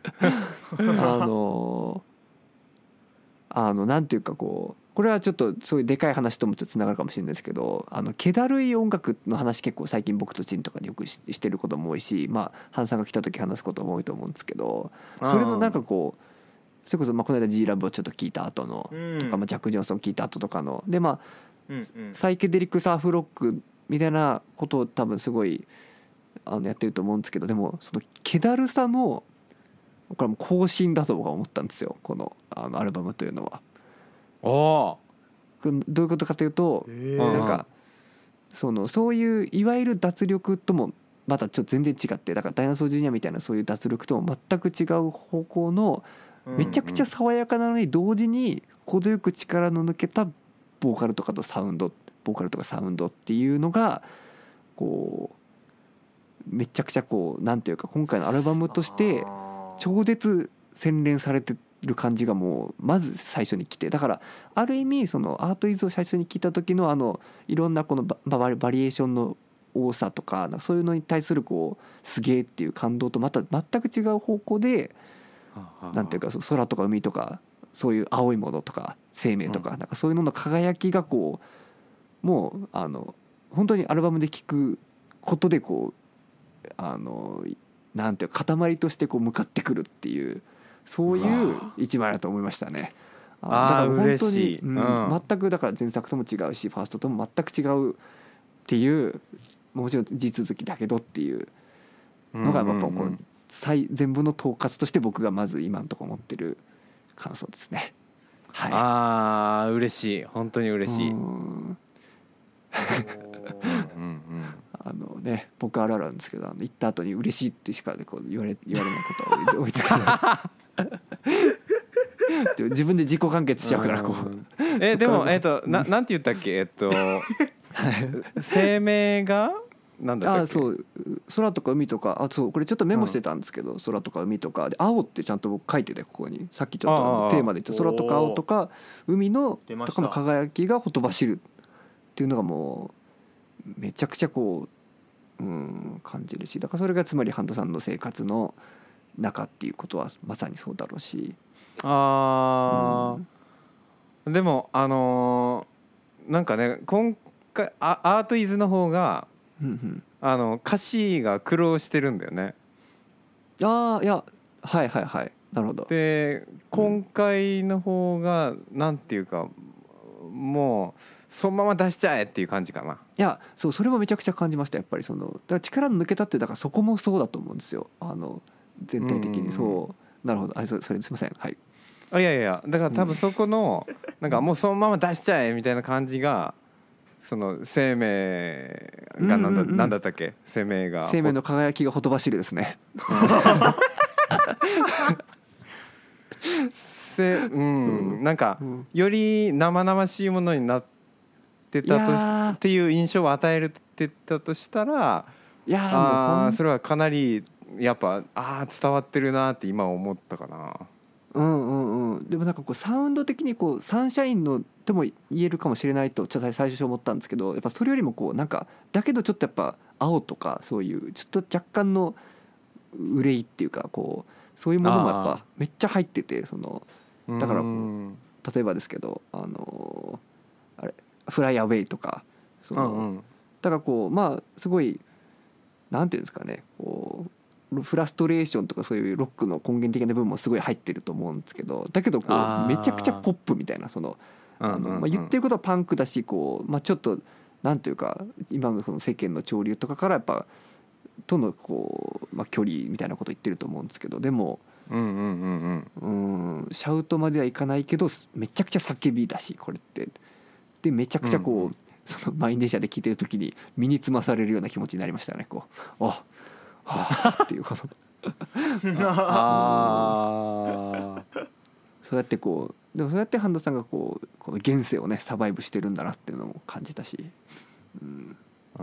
Speaker 2: なんていうかこれはちょっとそういうでかい話ともちょっとつながるかもしれないですけど、気だるい音楽の話結構最近僕とチンとかでよくしてることも多いし、ハンさんが来た時話すことも多いと思うんですけど、それのなんかそれこそこの間 G ラブをちょっと聞いた後のとか、ジャック・ジョンソン聞いた後とかのでサイケデリックサーフロックみたいなことを多分すごいやってると思うんですけど、でもその気だるさのこれも更新だと僕は思ったんですよ、このアルバムというのは。どういうことかというと、なんかそういういわゆる脱力ともまたちょっと全然違って、だからダイナソージュニアみたいなそういう脱力とも全く違う方向のめちゃくちゃ爽やかなのに同時に程よく力の抜けたボーカルとかサウンドっていうのがめちゃくちゃなんていうか今回のアルバムとして超絶洗練されてる感じがもうまず最初に来て、だからある意味そのアートイズを最初に聞いた時のいろんなこのバリエーションの多さとかそういうのに対するすげえっていう感動とまた全く違う方向で、なんていうか空とか海とかそういう青いものとか生命とかなんかそういうのの輝きがもう本当にアルバムで聴くことでなんていうか塊として向かってくるっていうそういう一枚だと思いましたね。だから本当に、全くだから前作とも違うしファーストとも全く違うっていう、もちろん地続きだけどっていうのがやっぱ全部の統括として僕がまず今のところ持ってる感想ですね。
Speaker 3: はい、嬉しい、本当に嬉しい。
Speaker 2: 僕あるあるなんですけど行った後に嬉しいってしか言われないことを追いつかない自分で自己完結しちゃうから
Speaker 3: でもなんて言ったっけ生命がなんだっけ。
Speaker 2: そう空とか海とかそうこれちょっとメモしてたんですけど、空とか海とかで青ってちゃんと僕書いててここにさっきちょっとテーマで言った空とか青とか海のとかの輝きがほとばしるっていうのがもうめちゃくちゃ感じるし、だからそれがつまりハンドさんの生活の中っていうことはまさにそうだろうし、
Speaker 3: でもなんかね今回アートイズの方が歌詞が苦労してるんだよね。
Speaker 2: いやはいはいはいなるほど。
Speaker 3: で今回の方がなんていうかもうそのまま出しちゃえっていう感じかな。
Speaker 2: いやそれもめちゃくちゃ感じました。やっぱりだから力抜けたってだからそこもそうだと思うんですよ。全体的になるほど。それすいません。はい。
Speaker 3: いやだから多分そこのなんかもうそのまま出しちゃえみたいな感じがその生命がなんだったっけ。生命
Speaker 2: の輝きがほとばしるですね。
Speaker 3: なんかより生々しいものになってたっていう印象を与えてたとしたら、それはかなりやっぱ伝わってるなって今思ったかな。
Speaker 2: でもなんかサウンド的にサンシャインのとも言えるかもしれないとちょっと最初思ったんですけど、やっぱそれよりもなんかだけどちょっとやっぱ青とかそういうちょっと若干の憂いっていうかそういうものもやっぱめっちゃ入っててだから例えばですけどあれフライアウェイとかだからすごいなんていうんですかねフラストレーションとかそういうロックの根源的な部分もすごい入ってると思うんですけど、だけどこうめちゃくちゃポップみたいな、その言ってることはパンクだし、こうちょっとなんていうか今のその世間の潮流とかからやっぱとのこう距離みたいなこと言ってると思うんですけど、でもシャウトまではいかないけどめちゃくちゃ叫びだしこれってで、めちゃくちゃこうその満員電車で聴いてる時に身につまされるような気持ちになりましたね。こうっていうことそうやってこうでもそうやって半田さんがこの現世をねサバイブしてるんだなっていうのも感じたし、
Speaker 3: で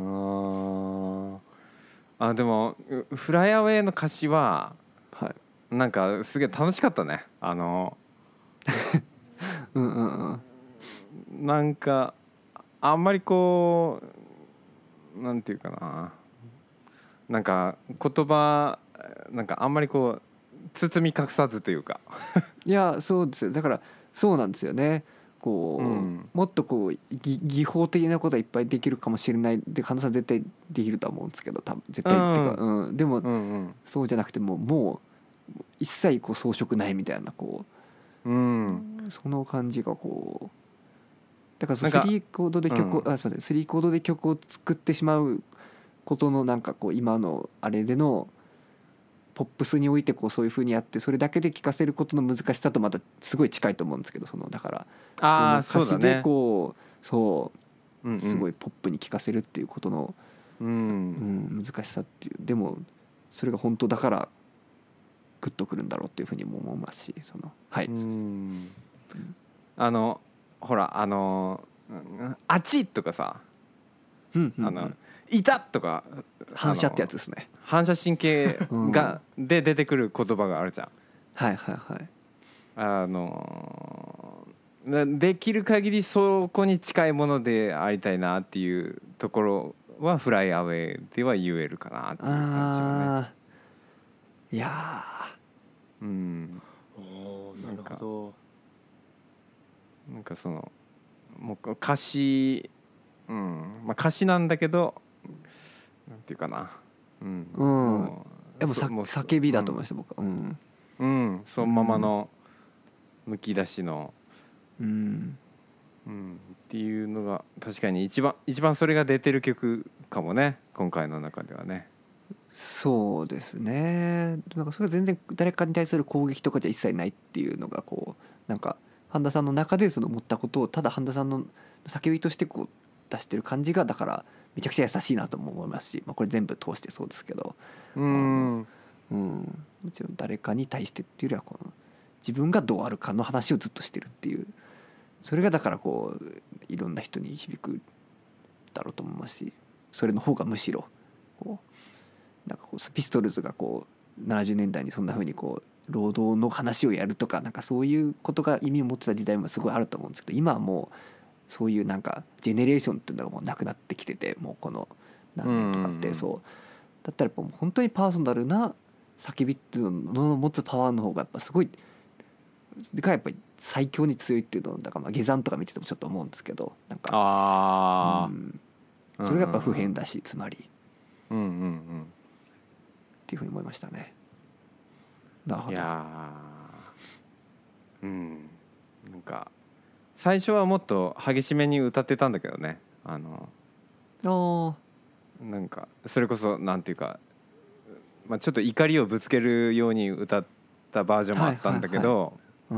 Speaker 3: もフライアウェイの歌詞は、なんかすげえ楽しかったね。なんかあんまりこうなんていうかな、なんか言葉なんかあんまりこう包み隠さずというか
Speaker 2: いやそうですよ、だからそうなんですよね。こう、もっとこう技法的なことはいっぱいできるかもしれないで、神田さん絶対できるとは思うんですけど、多分絶対っていうか、でも、そうじゃなくてもう一切こう装飾ないみたいなこう、その感じがこうだから3コードで曲を、3コードで曲を作ってしまうことのなんかこう今のあれでのポップスにおいてこうそういう風にやってそれだけで聴かせることの難しさとまたすごい近いと思うんですけど、そのだからその歌詞でこうそうすごいポップに聴かせるっていうことの難しさっていう、でもそれが本当だからグッとくるんだろうっていう風にも思いますし、その
Speaker 3: ほらあちとかさ、いたとか
Speaker 2: 反射ってやつですね。
Speaker 3: 反射神経がで出てくる言葉があるじゃん。できる限りそこに近いものでありたいなっていうところはフライアウェイでは言えるかなっていう感じよね。
Speaker 2: いや
Speaker 1: なるほど。
Speaker 3: なんかそのもう歌詞歌詞なんだけどなんていうかな、
Speaker 2: でも叫びだと思いました、僕は。
Speaker 3: そのままのむき出しのっていうのが確かに一番それが出てる曲かもね、今回の中ではね。
Speaker 2: そうですね。なんかそれは全然誰かに対する攻撃とかじゃ一切ないっていうのがこうなんか半田さんの中でその思ったことをただ半田さんの叫びとしてこう出してる感じがだからめちゃくちゃ優しいなとも思いますし、これ全部通してそうですけど、もちろん誰かに対してっていうよりはこの自分がどうあるかの話をずっとしてるっていう、それがだからこういろんな人に響くだろうと思いますし、それの方がむしろこうなんかこうピストルズがこう70年代にそんな風にこう労働の話をやるとかなんかそういうことが意味を持ってた時代もすごいあると思うんですけど、今はもうそういうなんかジェネレーションっていうのがもうなくなってきてて、もうこの何年とかってそうだったらもう本当にパーソナルな叫びっていうのの持つパワーの方がやっぱすごいがやっぱり最強に強いっていうのだから下山とか見ててもちょっと思うんですけど、なんかそれがやっぱ普遍だし、つまりっていうふうに思いましたね。なるほど。
Speaker 3: いやなんか最初はもっと激しめに歌ってたんだけどね、なんかそれこそなんていうか、ちょっと怒りをぶつけるように歌ったバージョンもあったんだけど、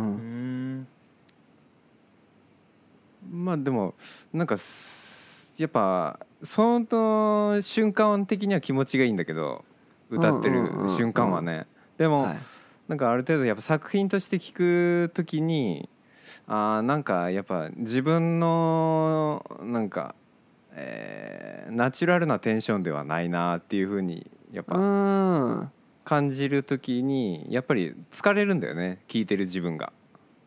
Speaker 3: でもなんかやっぱその瞬間的には気持ちがいいんだけど、歌ってる瞬間はね、でも、なんかある程度やっぱ作品として聴くときになんかやっぱ自分のなんか、ナチュラルなテンションではないなっていう風にやっぱ感じるときにやっぱり疲れるんだよね、聴いてる自分が。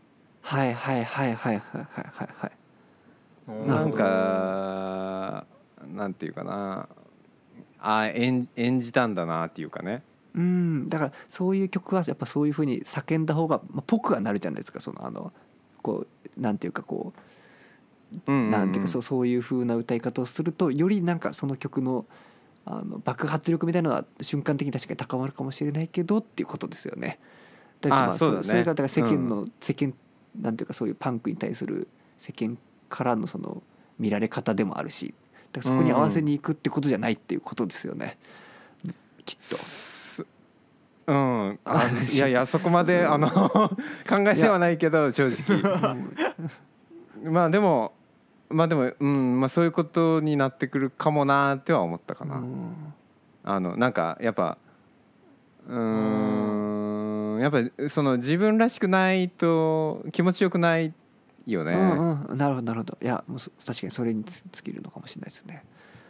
Speaker 3: なんかなんていうかな、演じたんだなっていうかね。
Speaker 2: だからそういう曲はやっぱそういう風に叫んだ方がぽくはなるじゃないですか。そのこうなんていうかこうなんていうかそういう風な歌い方をするとよりなんかその曲の爆発力みたいなのは瞬間的に確かに高まるかもしれないけどっていうことですよね。だからまあそれがだから世間なんていうかそういうパンクに対する世間からのその見られ方でもあるし、だからそこに合わせに行くってことじゃないっていうことですよね、きっと。
Speaker 3: いやいやそこまで考えてはないけど正直まあでもそういうことになってくるかもなっては思ったかな。なんかやっぱやっぱその自分らしくないと気持ちよくないよね。
Speaker 2: なるほどなるほど。いやもう確かにそれに尽きるのかもしれないですね。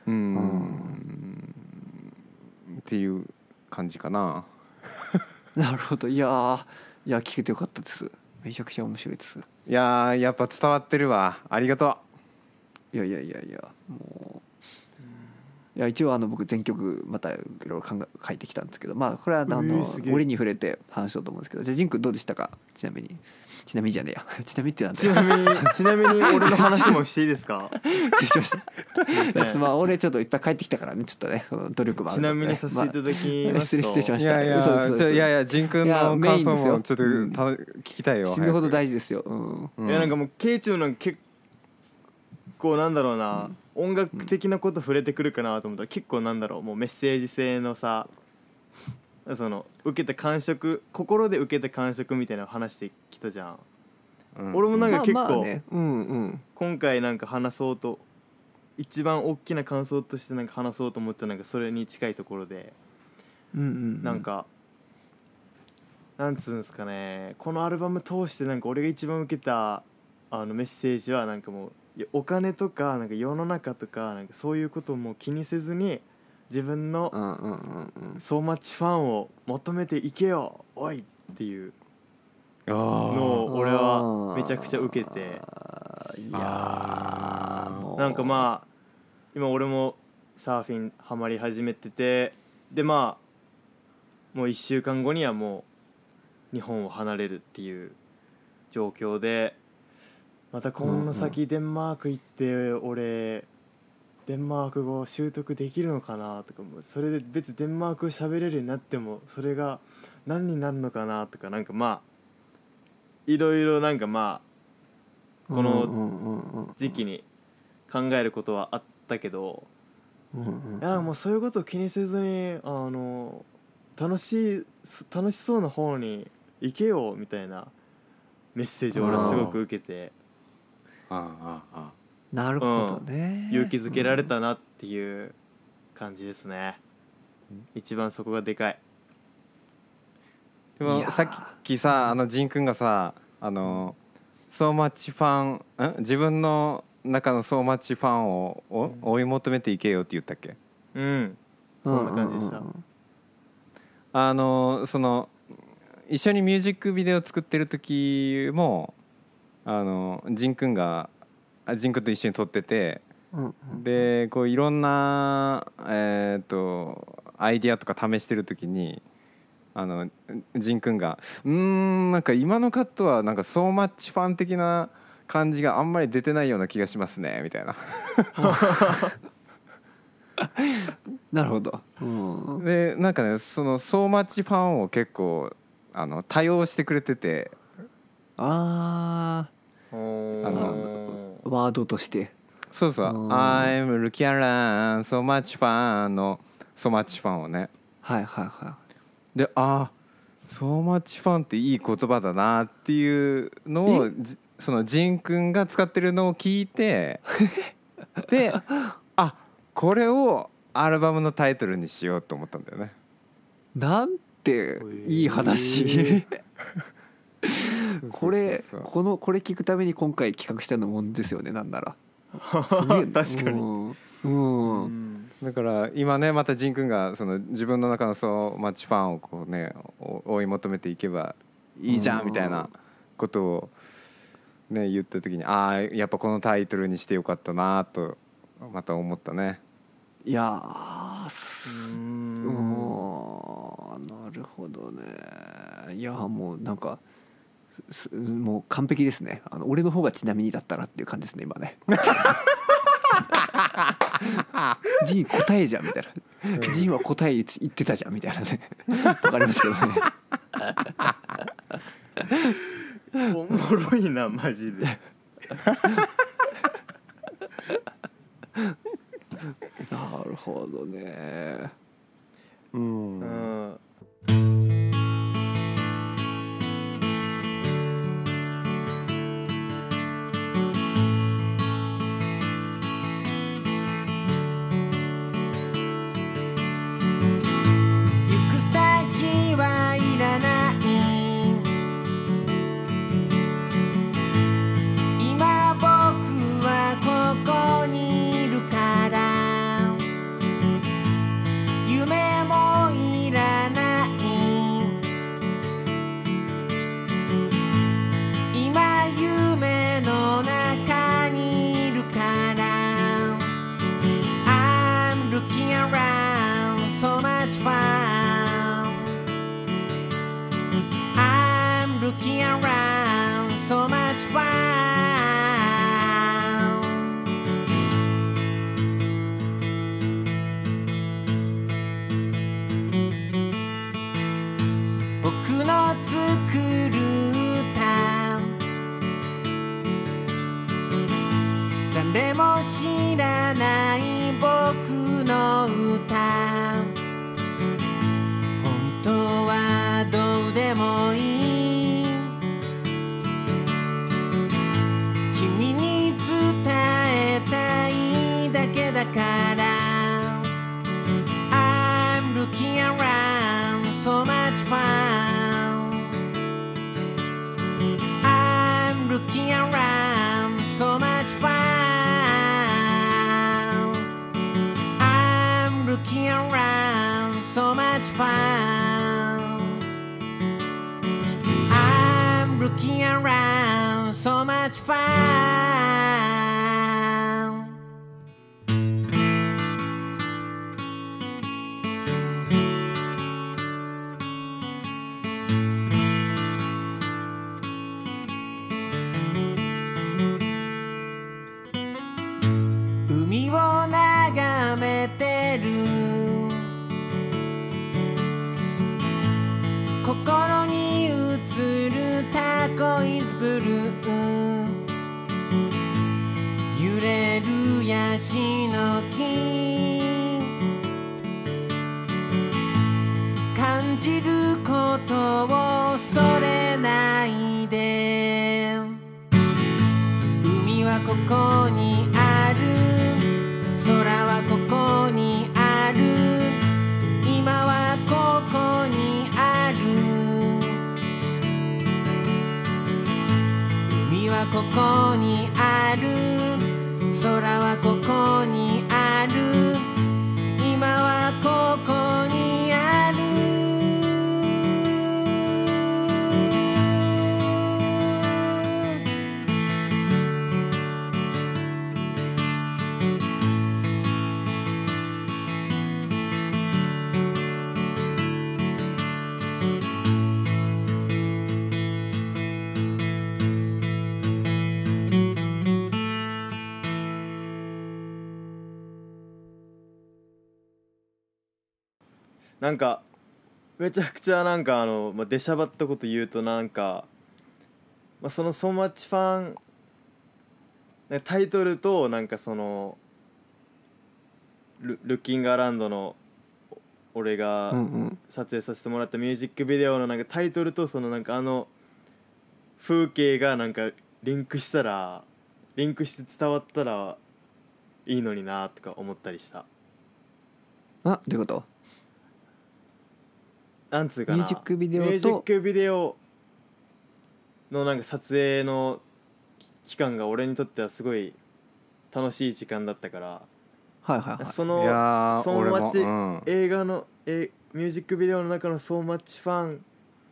Speaker 3: っていう感じかな。
Speaker 2: なるほど。いや聞けてよかったです。めちゃくちゃ面白いです。
Speaker 3: いややっぱ伝わってるわ。ありがと
Speaker 2: う。いやもういや一応僕全曲またいろいろ書いてきたんですけど、まあこれは折に触れて話しようと思うんですけど、じゃあジン君どうでしたか。ちなみにじゃねえやちなみにってなんだ
Speaker 1: ちなみに俺の話もしていいですか。
Speaker 2: 失礼しました。まあ俺ちょっといっぱい帰ってきたからね、ちょっとねその努力もあるので、
Speaker 1: ちなみにさせていただきますと、
Speaker 2: 失礼しました。
Speaker 3: いやジン君の感想もちょっと聞きたいよ。
Speaker 2: 死ぬほど大事ですよ。
Speaker 1: いやなんかもうケイチュウの結構なんだろうな、音楽的なこと触れてくるかなと思ったら結構なんだろう、もうメッセージ性のさ、その受けた感触、心で受けた感触みたいなのを話してきたじゃん。俺もなんか結構今回なんか話そうと一番大きな感想としてなんか話そうと思ったなんかそれに近いところで、なんかなんつうんですかね、このアルバム通してなんか俺が一番受けたメッセージはなんかもうお金とかなんか世の中とかなんかそういうことをもう気にせずに自分のソーマッチファンを求めていけよおいっていうのを俺はめちゃくちゃ受けて、いやなんかまあ今俺もサーフィンハマり始めてて、でまあもう1週間後にはもう日本を離れるっていう状況で、またこの先デンマーク行って俺デンマーク語を習得できるのかなとか、もそれで別にデンマーク語喋れるようになってもそれが何になるのかなとか、なんかまあいろいろなんかまあこの時期に考えることはあったけど、いやもうそういうことを気にせずに楽しそうな方に行けよみたいなメッセージを俺はすごく受けて、
Speaker 2: なるほどね、
Speaker 1: 勇気づけられたなっていう感じですね。一番そこがでかい。
Speaker 3: でもさっきさジン君がさソーマッチファン自分の中のソーマッチファンを追い求めていけよって言ったっけ。
Speaker 1: そんな感じでした。
Speaker 3: その一緒にミュージックビデオ作ってる時もジン君と一緒に撮ってて、でこういろんなアイディアとか試してる時にジン君がなんか今のカットはなんかソーマッチファン的な感じがあんまり出てないような気がしますねみたいな
Speaker 2: なるほど、
Speaker 3: でなんかねそのソーマッチファンを結構多用してくれてて、
Speaker 2: ワードとして
Speaker 3: そうI'm looking around so much fun のso much funをね、でso much funっていい言葉だなっていうのをそのジン君が使ってるのを聞いてでこれをアルバムのタイトルにしようと思ったんだよね。
Speaker 2: なんていい話これ聞くために今回企画したのもんですよね。なんなら
Speaker 1: 確かに、
Speaker 3: だから今ねまたジン君がその自分の中のソーマッチファンをこうね追い求めていけばいいじゃんみたいなことをね言った時にやっぱこのタイトルにしてよかったなとまた思ったね。
Speaker 2: いやなるほどね。いやもうなんかもう完璧ですね。俺の方がちなみにだったらっていう感じですね今ねジン答えじゃんみたいな。 ジンは答え言ってたじゃんみたいなねとかありますけどね
Speaker 1: おもろいなマジで
Speaker 2: なるほどね。うん、
Speaker 1: うん誰も知らない僕の歌本当はどうでもいい君に伝えたいだけだから I'm looking around so much fun I'm looking around so much fun Looking around, so much fun. I'm looking around, so much fun. 海を眺めてる心に映るタコイズブルー揺れるヤシの木感じることを恐れないで海はここにある空はここにある今はここにある海はここにある空はここにある今はここにあるなんかめちゃくちゃなんか出しゃばったこと言うとなんか、その「So Much Fun」タイトルとなんかそのルッキングアラウンドの俺が撮影させてもらったミュージックビデオのなんかタイトルとそのなんか風景がなんかリンクして伝わったらいいのになとか思ったりした。
Speaker 2: どういうこと？
Speaker 1: なんつうかな、
Speaker 2: ミュージックビデオと
Speaker 1: ミュージックビデオのなんか撮影の期間が俺にとってはすごい楽しい時間だったから、
Speaker 2: はいはいはい、
Speaker 1: そのソーマッチ、映画のミュージックビデオの中のソーマッチファン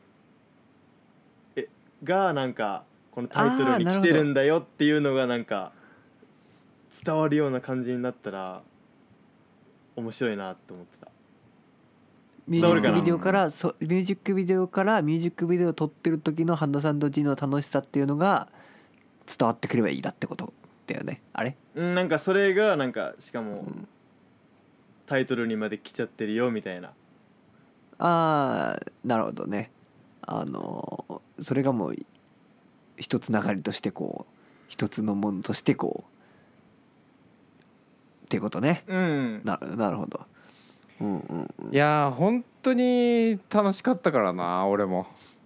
Speaker 1: がなんかこのタイトルに来てるんだよっていうのがなんか伝わるような感じになったら面白いなって思ってた。
Speaker 2: ミュージックビデオからミュージックビデオを撮ってる時のハンドサンドGの楽しさっていうのが伝わってくればいいだってことだよね。あれ？
Speaker 1: なんかそれがなんかしかも、 タイトルにまで来ちゃってるよみたいな。
Speaker 2: ああなるほどね。それがもう一つ流れとしてこう一つのものとしてこうっていうことね。なるほど。
Speaker 3: いや本当に楽しかったからな俺も。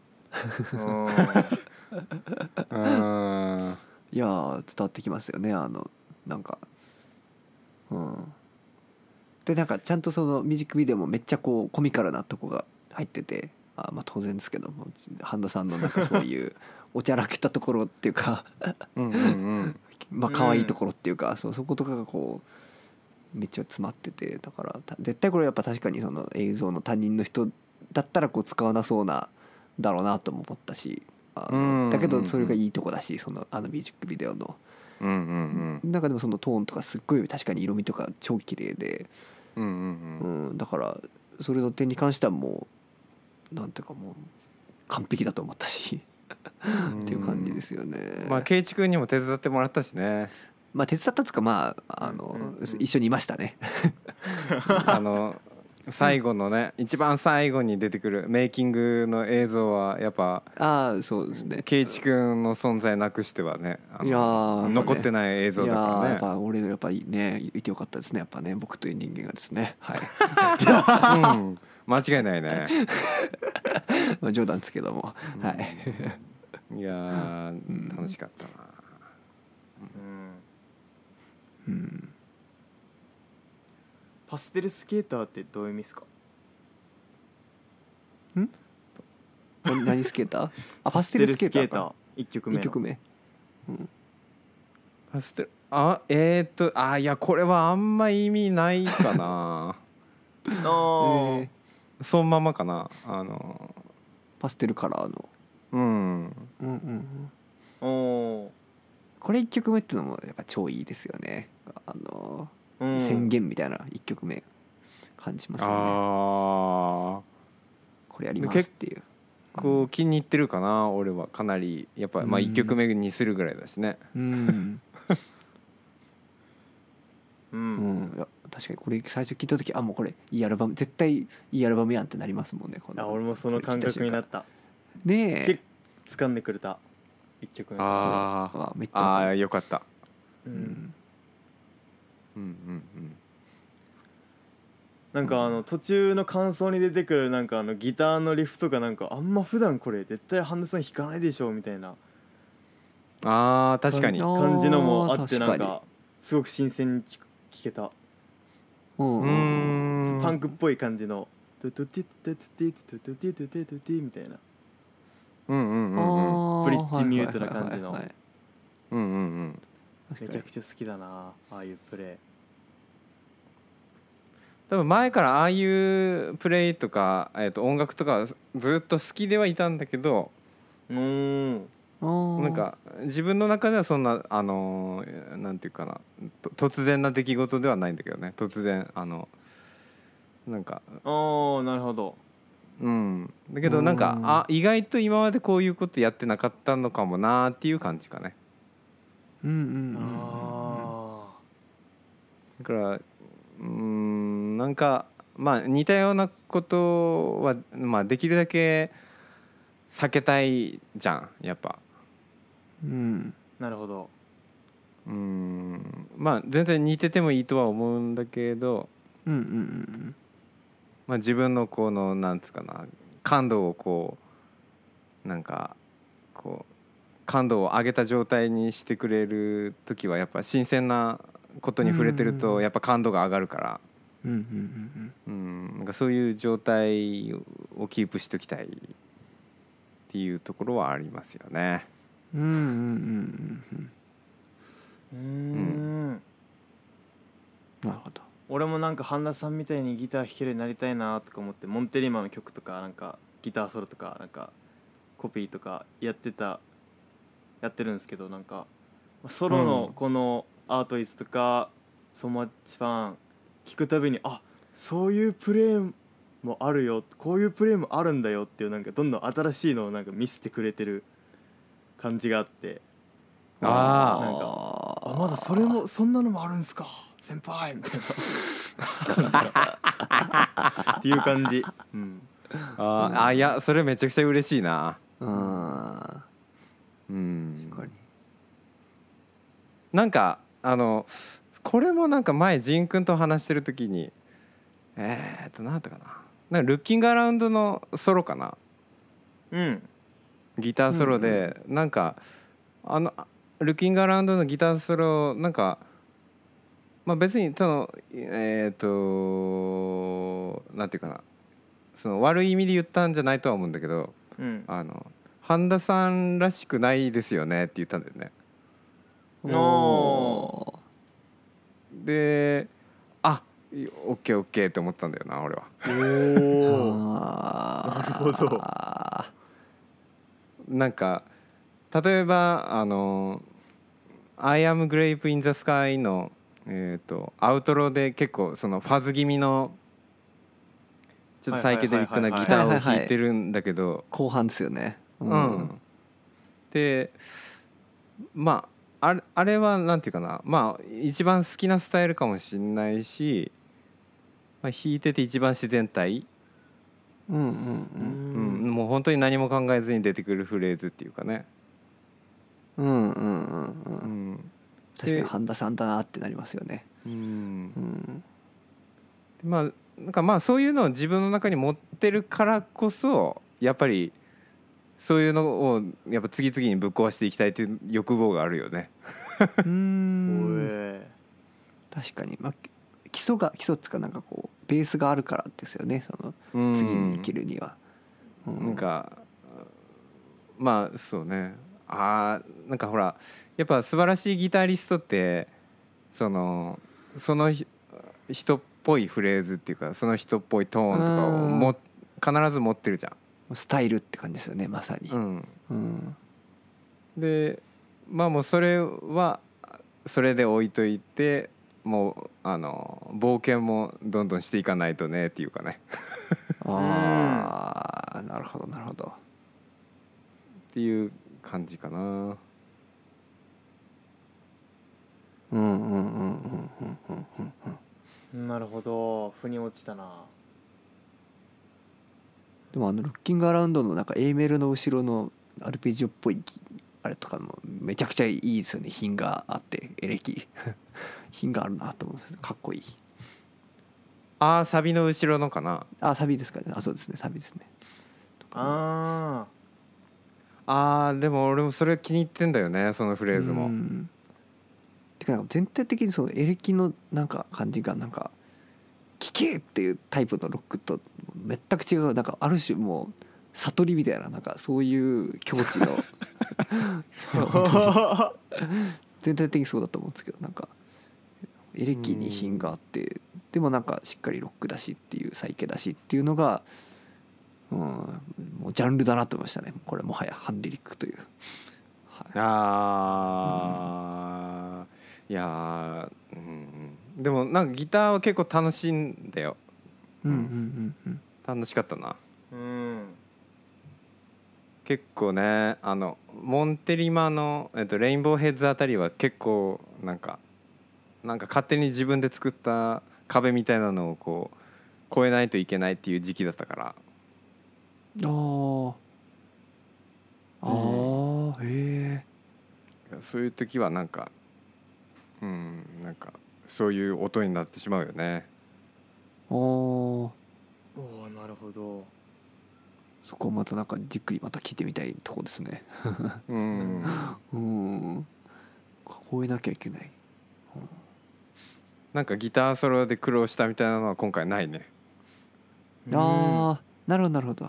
Speaker 2: いや伝わってきますよね。なんかでなんかちゃんとそのミュージックビデオもめっちゃこうコミカルなとこが入ってて、まあ当然ですけども半田さんのなんかそういうおちゃらけたところっていうかまあ可愛いところっていうか、そことかがこうめっちゃ詰まってて、だから絶対これやっぱ確かにその映像の他人の人だったらこう使わなそうなだろうなとも思ったし、だけどそれがいいとこだし、そのミュージックビデオのなんかでもそのトーンとかすっごい確かに色味とか超綺麗で、だからそれの点に関してはもうなんていうかもう完璧だと思ったしっていう感じですよね。
Speaker 3: まあ圭一君にも手伝ってもらったしね。
Speaker 2: まあ手伝ったっつうかまあ一緒にいましたね
Speaker 3: 最後のね一番最後に出てくるメイキングの映像はやっぱ
Speaker 2: そうですね、
Speaker 3: 圭一君の存在なくしてはね、
Speaker 2: いや
Speaker 3: 残ってない映像だからね。
Speaker 2: やっぱ俺やっぱねいてよかったですね、やっぱね僕という人間がですね、はい
Speaker 3: 間違いないね
Speaker 2: まあ冗談ですけども、はい
Speaker 3: いや楽しかったな。
Speaker 1: パステルスケーターってどういう意味ですか？
Speaker 2: 何スケーター？パステルスケーターか。
Speaker 1: 1曲目の。
Speaker 2: 1曲目。
Speaker 3: パステルいやこれはあんま意味ないかなそのままかな。
Speaker 2: パステルカラーの。これ1曲目っていうのもやっぱ超いいですよね。宣言みたいな1曲目感じますよね。これやりますっていう。
Speaker 3: こう気に入ってるかな俺はかなりやっぱまあ1曲目にするぐらいだしね。
Speaker 2: いや確かにこれ最初聞いた時もうこれいいアルバム絶対いいアルバムやんってなりますもんね。
Speaker 1: 俺もその感覚になった。
Speaker 2: ねえ
Speaker 1: 掴んでくれた1曲目。
Speaker 2: めっちゃ
Speaker 3: よかった。
Speaker 1: なんか途中の感想に出てくるなんかギターのリフとかなんかあんま普段これ絶対半田さん弾かないでしょみたいな
Speaker 3: 確かに
Speaker 1: 感じのもあって、なんかすごく新鮮に聴けた。パンクっぽい感じのトゥトゥティトゥトゥティトゥトゥティトゥトゥトゥティみたいなブリッジミュートな感じのめちゃくちゃ好きだなああいうプレイ。
Speaker 3: 多分前からああいうプレイとか、音楽とかずっと好きではいたんだけど、なんか自分の中ではそんななんていうかな突然な出来事ではないんだけどね。突然なんか
Speaker 1: なるほど。
Speaker 3: だけどなんか意外と今までこういうことやってなかったのかもなっていう感じかね。だからなんかまあ似たようなことはまあできるだけ避けたいじゃんやっぱ。
Speaker 1: なるほど。
Speaker 3: まあ全然似ててもいいとは思うんだけど、まあ自分のこのなんつうかな感度をこうなんかこう感度を上げた状態にしてくれる時はやっぱ新鮮なことに触れてるとやっぱ感度が上がるから、なんかそういう状態をキープしておきたいっていうところはありますよね。
Speaker 2: なるほど。
Speaker 1: 俺もなんか半田さんみたいにギター弾けるようになりたいなとか思って、モンテリマの曲とかなんかギターソロとかなんかコピーとかやってるんですけど、なんかソロのこのアートイズとかソマッチファン聞くたびにそういうプレイもあるよ、こういうプレイもあるんだよっていうなんかどんどん新しいのをなんか見せてくれてる感じがあって、なんかまだそんなのもあるんすか、 先輩みたいなっていう感じ、うん、
Speaker 3: いやそれめちゃくちゃ嬉しいな。なんかこれもなんか前仁くんと話してる時になんだったかな、なんかルッキングアラウンドのソロかな、ギターソロで、なんかルッキングアラウンドのギターソロなんか、別にそのなんていうかな、その悪い意味で言ったんじゃないとは思うんだけど、半田さんらしくないですよねって言ったんだよね。でオッケーオッケーって思ったんだよな俺は。
Speaker 1: なるほど。
Speaker 3: なんか例えばI am Grape in the Sky のアウトロで結構そのファズ気味のちょっとサイケデリックなギターを弾いてるんだけど、
Speaker 2: 後半ですよね。
Speaker 3: であれはなんていうかな、一番好きなスタイルかもしれないし、弾いてて一番自然体、もう本当に何も考えずに出てくるフレーズっていうかね。
Speaker 2: 確かに半田さんだなってなりますよね。
Speaker 3: なんかそういうのを自分の中に持ってるからこそやっぱりそういうのをやっぱ次々にぶっ壊していきたいっていう欲望があるよね。
Speaker 2: 確かに、基礎っていうかなんかこうベースがあるからですよね、その次に生きるには。
Speaker 3: なんかそうね、なんかほらやっぱ素晴らしいギタリストってその人っぽいフレーズっていうかその人っぽいトーンとかを必ず持ってるじゃん。
Speaker 2: スタイルって感じですよね、まさに。
Speaker 3: でもうそれはそれで置いといて、もう冒険もどんどんしていかないとねっていうかね。
Speaker 2: なるほどなるほど
Speaker 3: っていう感じかな。
Speaker 1: なるほど、腑に落ちたな。
Speaker 2: でもルッキングアラウンドのなんか A メロの後ろのアルペジオっぽいあれとかもめちゃくちゃいいですよね。品があってエレキ品があるなと思う。かっこいい。
Speaker 3: サビの後ろのかな。
Speaker 2: サビですかね。そうですね、サビですね。
Speaker 3: でも俺もそれ気に入ってんだよね、そのフレーズも。
Speaker 2: てか全体的にそのエレキのなんか感じがなんか聴けっていうタイプのロックと全く違う、なんかある種もう悟りみたいな、なんかそういう境地の全体的にそうだと思うんですけど、なんかエレキに品があってでもなんかしっかりロックだしっていうサイケだしっていうのがもうジャンルだなと思いましたね。これもはやハンデリックという。
Speaker 3: いやでもなんかギターは結構楽しいんだよ。楽しかったな。結構ねモンテリマの、レインボーヘッズあたりは結構なんか勝手に自分で作った壁みたいなのをこう越えないといけないっていう時期だったから。そういう時はなんかなんかそういう音になってしまうよね。
Speaker 1: なるほど。
Speaker 2: そこをまたなんかじっくりまた聞いてみたいとこですね。超えなきゃいけない。
Speaker 3: なんかギターソロで苦労したみたいなのは今回ないね。
Speaker 2: なるほどなるほど。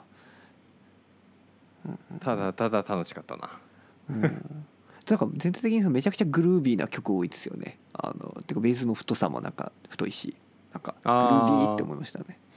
Speaker 3: ただただ楽しかったな。
Speaker 2: なんか全体的にめちゃくちゃグルービーな曲多いですよね。てかベースの太さもなんか太いし、なんかグルービーって思いましたね。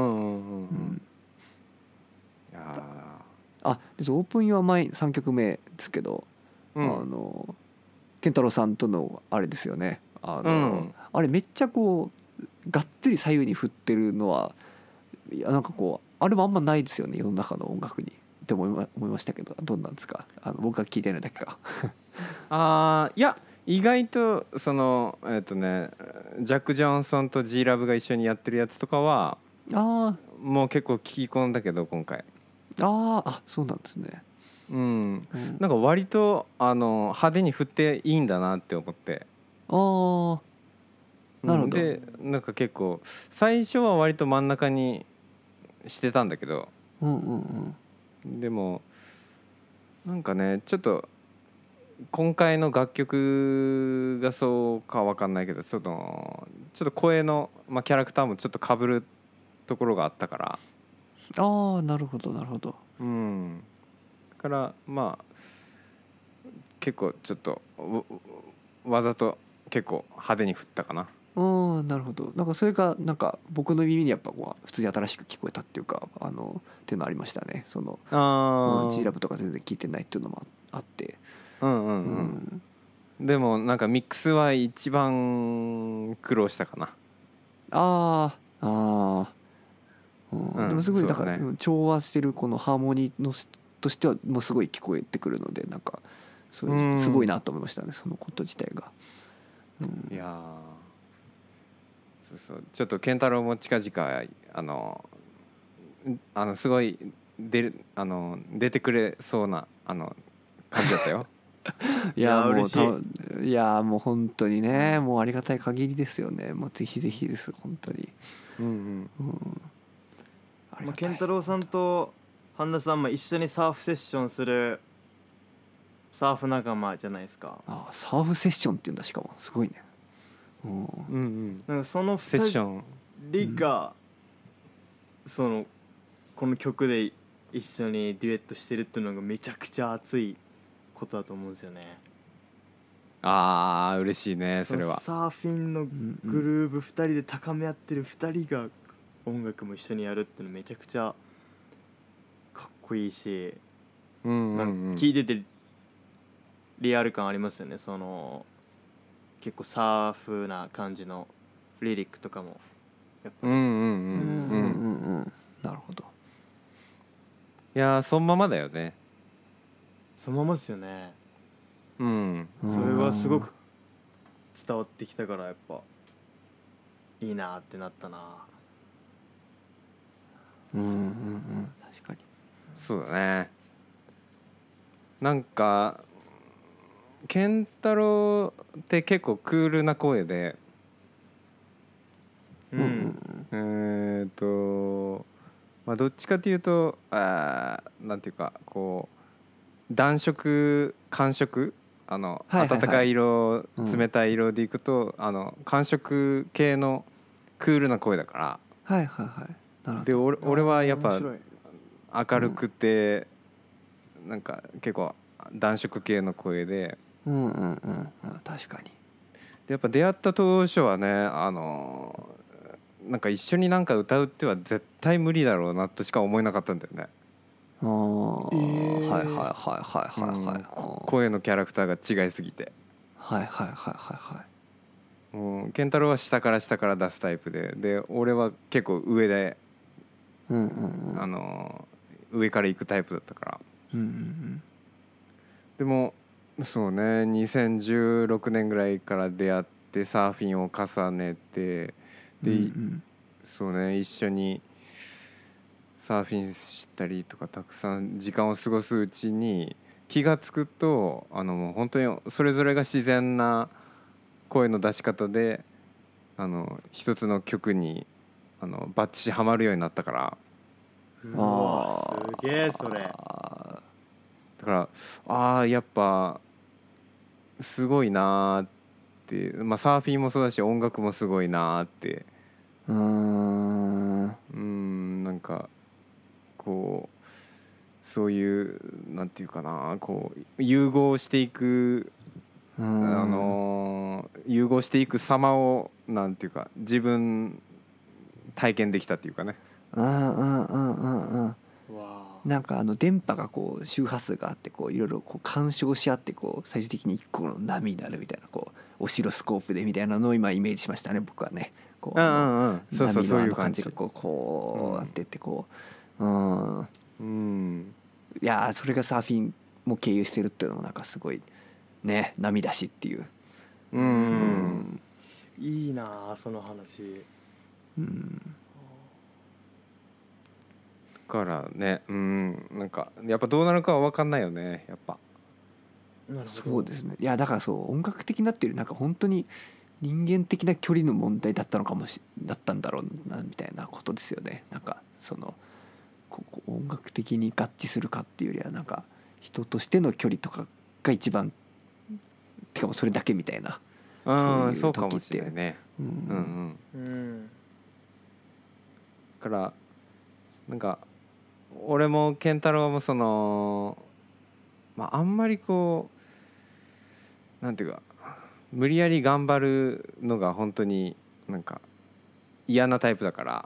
Speaker 2: でオープンユアマイ3曲目ですけど、健太郎さんとのあれですよね。あれめっちゃこうがっつり左右に振ってるのはなんかこうあれもあんまないですよね、世の中の音楽にって思いましたけど、どうなんですか。僕が聞いてないだけか。
Speaker 3: いや意外とそのジャック・ジョンソンと G ラブが一緒にやってるやつとかはもう結構聞き込んだけど今回
Speaker 2: そうなんですね。
Speaker 3: なんか割と派手に振っていいんだなって思って。
Speaker 2: なるほど。
Speaker 3: でなんか結構最初は割と真ん中にしてたんだけど、でもなんかねちょっと今回の楽曲がそうか分かんないけどちょっと声の、キャラクターもちょっと被るところがあったから。
Speaker 2: なるほどなるほど。
Speaker 3: だから結構ちょっとわざと結構派手に振ったかな。
Speaker 2: なるほど。なんかそれがなんか僕の耳にやっぱ普通に新しく聞こえたっていうかっていうのありましたね。そのG ラブとか全然聞いてないっていうのもあって。
Speaker 3: でもなんかミックスは一番苦労したかな。
Speaker 2: でもすごいだから調和してるこのハーモニーのとしてはもうすごい聞こえてくるのでなんかすごいなと思いましたねそのこと自体が。
Speaker 3: いやそうちょっと健太郎も近々すごい出てくれそうな感じだったよ。
Speaker 2: いやもう本当にねもうありがたい限りですよね。もうぜひぜひです本当に。
Speaker 1: 健太郎さんと半田さんも一緒にサーフセッションするサーフ仲間じゃないですか。
Speaker 2: サーフセッションっていうんだしかもすごいね。
Speaker 1: なんかその2人がこの曲で一緒にデュエットしてるっていうのがめちゃくちゃ熱いことだと思うんですよね。
Speaker 3: 嬉しいねそれは。
Speaker 1: サーフィンのグルーブ2人で高め合ってる2人が音楽も一緒にやるっていうのめちゃくちゃかっこいいし、なんか聞いててリアル感ありますよね。結構サーフな感じのリリックとかもやっぱり
Speaker 2: なるほど。
Speaker 3: いやそのままだよね。
Speaker 1: そのままですよね。
Speaker 3: そ
Speaker 1: れがすごく伝わってきたからやっぱいいなってなったな。
Speaker 2: 確かに
Speaker 3: そうだね。なんか健太郎って結構クールな声でどっちかというとなんていうかこう暖色寒色暖かい色冷たい色でいくと寒色系のクールな声だから。で俺はやっぱ明るくてなんか結構暖色系の声で。
Speaker 2: 確かに。
Speaker 3: でやっぱ出会った当初はねなんか一緒になんか歌うっては絶対無理だろうなとしか思えなかったんだよね。声のキャラクターが違いすぎて。健太郎は下から下から出すタイプで俺は結構上で上から行くタイプだったから。でもそうね2016年ぐらいから出会ってサーフィンを重ねてで、そうね一緒にサーフィンしたりとかたくさん時間を過ごすうちに気がつくともう本当にそれぞれが自然な声の出し方で一つの曲にバッチリハマるようになったから。
Speaker 1: うわすげえそれ。だ
Speaker 3: からやっぱすごいなーって、サーフィンもそうだし音楽もすごいなーってなんかこうそういうなんていうかなこう融合していく融合していく様をなんていうか自分体験できたっていうかね。
Speaker 2: なんか電波がこう周波数があってこういろいろこう干渉し合ってこう最終的に一個の波になるみたいなこうオシロスコープでみたいなのを今イメージしましたね僕はね。こう
Speaker 3: そうそういう
Speaker 2: 感じがこうやってってこういやそれがサーフィンも経由してるっていうのもなんかすごいね波だしっていう。
Speaker 1: いいなその話。
Speaker 3: だからね、なんかやっぱどうなるかは分かんないよねやっぱ。
Speaker 2: なるほど。そうですね。いやだからそう音楽的なっていうなんか本当に人間的な距離の問題だったんだろうなみたいなことですよね。なんかその音楽的に合致するかっていうよりはなんか人としての距離とかが一番てかもそれだけみたいな。
Speaker 3: そうかもしれないね。だからなんか俺も健太郎もそのあんまりこうなんていうか無理やり頑張るのが本当になんか嫌なタイプだから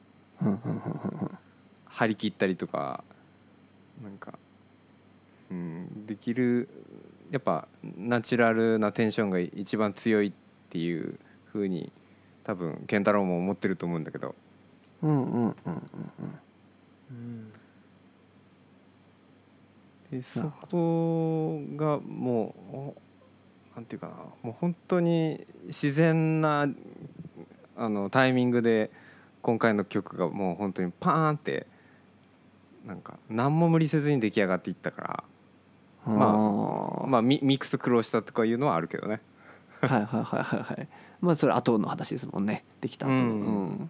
Speaker 3: 張り切ったりとかなんか、できるやっぱナチュラルなテンションが一番強いっていう風に多分健太郎も思ってると思うんだけど、でそこがもうなんていうかな、もう本当に自然なタイミングで今回の曲がもう本当にパーンってなんか何も無理せずに出来上がっていったから、ミックス苦労したとかいうのはあるけどね。
Speaker 2: はいはいはいはいはい。まあそれ後の話ですもんね。できた後の。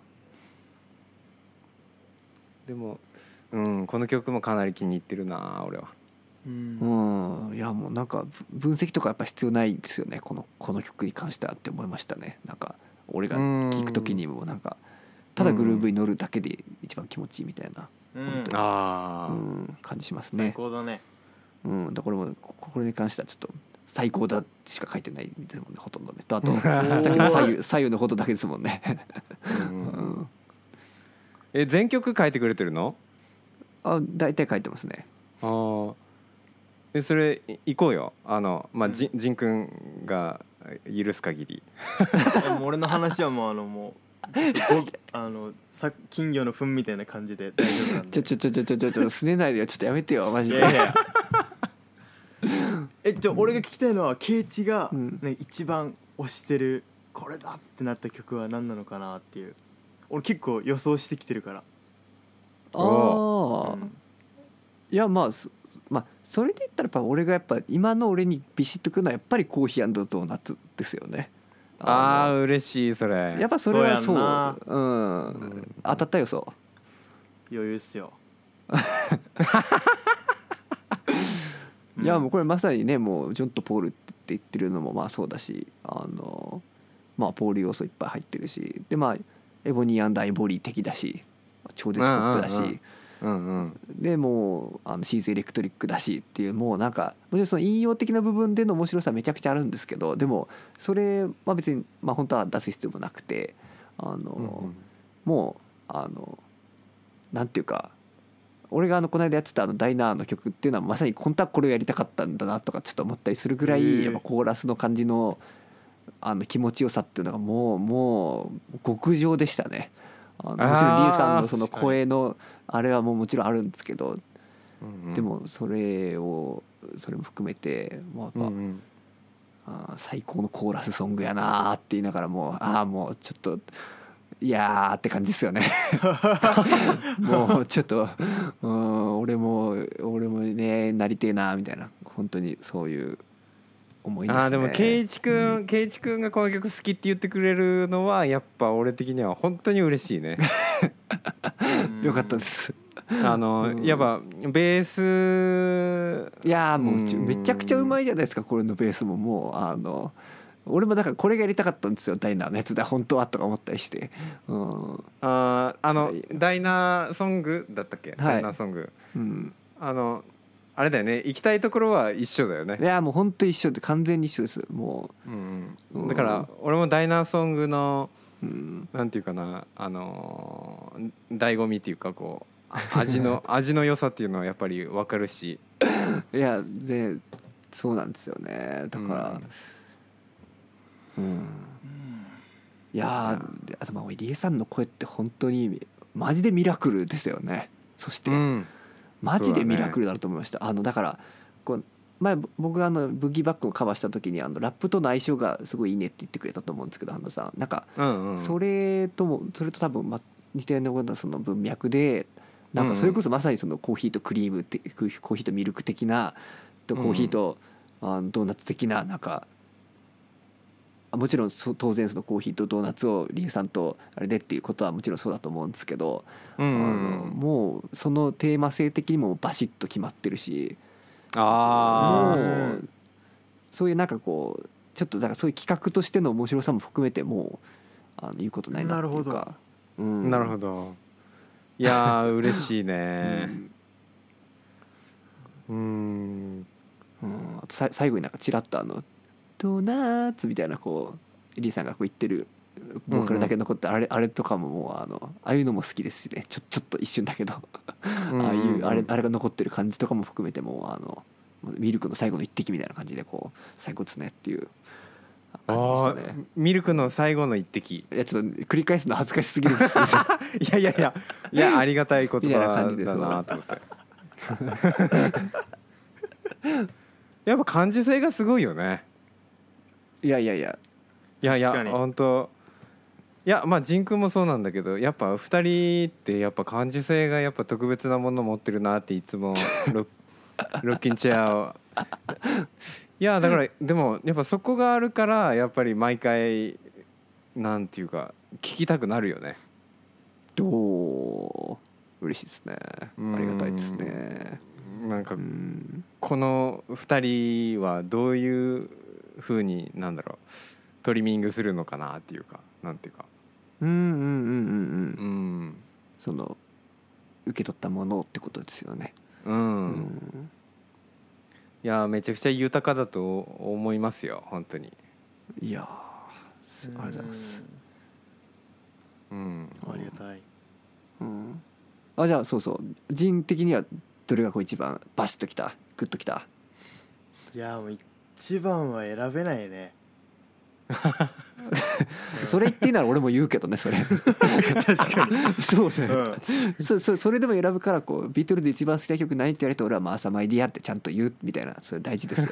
Speaker 3: でも、この曲もかなり気に入ってるな俺は。
Speaker 2: いやもうなんか分析とかやっぱ必要ないですよね。この曲に関してはって思いましたね。なんか俺が聴く時にもなんかただグルーヴに乗るだけで一番気持ちいいみたいな感じしますね。
Speaker 1: 最高だね。
Speaker 2: だからもこれに関してはちょっと最高だってしか書いてないですもんねほとんどね。とあとさっきの左右のことだけですもんね。
Speaker 3: 全曲書いてくれてるの？
Speaker 2: 大体書いてますね。
Speaker 3: それ行こうよ。ジン君が許す限り。
Speaker 1: もう俺の話はもう金魚の糞みたいな感じで大丈夫なんで。
Speaker 2: ちょすねないでよ。ちょっとやめてよマジで。
Speaker 1: 俺が聞きたいのはケイチが、一番推してるこれだってなった曲は何なのかなっていう。俺結構予想してきてるから。
Speaker 2: いやまあそれで言ったらやっぱ俺がやっぱ今の俺にビシッとくるのはやっぱりコーヒー&ドーナツですよね。
Speaker 3: 嬉しいそれ。
Speaker 2: やっぱそれはそう当たったよそう。
Speaker 1: 余裕っすよ。
Speaker 2: いやもうこれまさにねもうジョンとポールって言ってるのもまあそうだしポール要素いっぱい入ってるしでエボニー&アイボリー的だし超絶ポップだし、でもうシーズエレクトリックだしっていうもうなんかもちろんその引用的な部分での面白さはめちゃくちゃあるんですけどでもそれは別に本当は出す必要もなくてもうなんていうか俺がこの間やってたダイナーの曲っていうのはまさに本当はこれをやりたかったんだなとかちょっと思ったりするぐらいやっぱコーラスの感じの気持ちよさっていうのがもう極上でしたね。もちろんリーさんのその声のあれはもちろんあるんですけど、でもそれも含めてやっぱ、最高のコーラスソングやなって言いながらもうちょっといやーって感じですよね。もうちょっと俺もねなりてえなみたいな本当にそういう思いですね。
Speaker 3: でもケイチ君がこの曲好きって言ってくれるのはやっぱ俺的には本当に嬉しいね。
Speaker 2: よかったです。
Speaker 3: やっぱベース
Speaker 2: いやもうめちゃくちゃうまいじゃないですかこれのベースももう俺もだからこれがやりたかったんですよダイナーのやつで本当はとか思ったりして、
Speaker 3: ダイナーソングだったっけ、ダイナーソング、あれだよね行きたいところは一緒だよね。
Speaker 2: いやもう本当一緒で完全に一緒ですも
Speaker 3: う、だから俺もダイナーソングの、なんていうかな醍醐味っていうかこう味の良さっていうのはやっぱり分かるし
Speaker 2: いやでそうなんですよねだから、いやあと入江さんの声って本当にマジでミラクルですよね。そして、マジでミラクルだと思いました。だからこう前僕がブギーバックをカバーした時にラップとの相性がすごいいいねって言ってくれたと思うんですけど、花さんなんかそれと多分似たようなその文脈でなんかそれこそまさにそのコーヒーとクリームってコーヒーとミルク的なとコーヒーとドーナツ的ななんかもちろん当然そのコーヒーとドーナツをリエさんとあれでっていうことはもちろんそうだと思うんですけど、もうそのテーマ性的にもバシッと決まってるし、もうそういうなんかこうちょっとだからそういう企画としての面白さも含めてもう言うことないなっていうか。
Speaker 3: なるほど。いやー嬉しいね。
Speaker 2: あと最後になんかチラッとドーナツみたいなこうリーさんがこう言ってるボーカルだけ残ってあれとかももうああいうのも好きですしね、ちょっと一瞬だけどあれが残ってる感じとかも含めてもミルクの最後の一滴みたいな感じでこう最高ですねっていう感じでしたね。
Speaker 3: ミルクの最後の一滴。
Speaker 2: いやちょっと繰り返すの恥ずかしすぎるんです
Speaker 3: いやありがたい言葉だなと思ってやっぱ感受性がすごいよね。
Speaker 2: いや
Speaker 3: 本当いやまあ仁君もそうなんだけど、やっぱ2人ってやっぱ感受性がやっぱ特別なものを持ってるなっていつもロッキンチェアをいやだからでもやっぱそこがあるからやっぱり毎回なんていうか聞きたくなるよね。
Speaker 2: 嬉しいですね。ありがたいですね。
Speaker 3: なんかこの2人はどういう風になんだろうトリミングするのかなっていうかなんていうか
Speaker 2: その受け取ったものってことですよね。
Speaker 3: いやめちゃくちゃ豊かだと思いますよ本当に。
Speaker 2: いやありがとうございます。
Speaker 1: ありがたい。
Speaker 2: じゃあそう人的にはどれがこう一番バシッときたグッときた。
Speaker 1: いやもう一番は選べないね
Speaker 2: それ言っていいなら俺も言うけどねそれ
Speaker 1: 確かに
Speaker 2: そうですね、それでも選ぶからこうビートルズ一番好きな曲何って言われて俺は朝マイディアってちゃんと言うみたいな、それ大事ですよ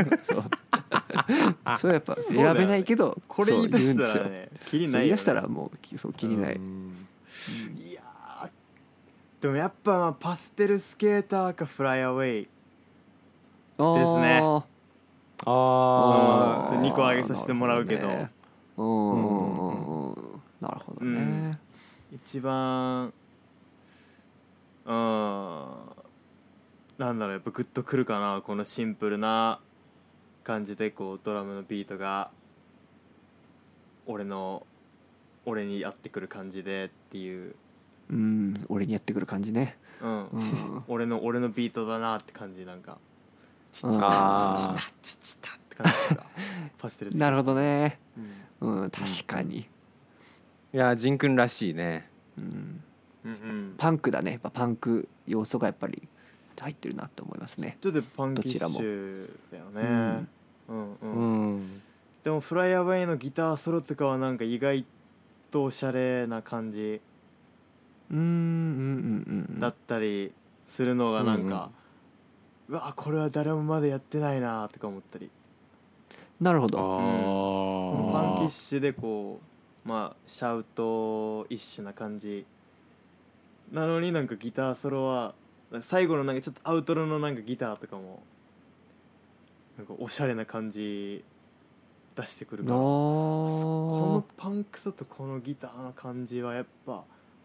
Speaker 2: それやっぱ選べないけど
Speaker 1: これ言い出したらね気にないよね。
Speaker 2: 言い出したらもうそう気にない。
Speaker 1: いやでもやっぱパステルスケーターかフライアウェイですね。2個挙げさせてもらうけど、
Speaker 2: なるほどね。
Speaker 1: 一番なんだろうやっぱグッとくるかな、このシンプルな感じでこうドラムのビートが俺にやってくる感じでっていう、
Speaker 2: 俺にやってくる感じね。
Speaker 1: 俺のビートだなって感じ、なんかチチタチチタって感じがパステル。
Speaker 2: なるほどね。確かに。
Speaker 3: いや仁君らしいね。
Speaker 2: パンクだね。やっぱパンク要素がやっぱり入ってるなと思いますね。
Speaker 1: ちょっとパンキッシュだよね。でもフライアウェイのギターソロとかはなんか意外とおしゃれな感じだったりするのがなんか、うわこれは誰もまだやってないなとか思ったり。
Speaker 2: なるほど。
Speaker 1: パンキッシュでこうまあシャウト一種な感じなのに、なんかギターソロは最後のなんかちょっとアウトロのなんかギターとかもなんかおしゃれな感じ出してくるから、このパンクさとこのギターの感じはやっぱ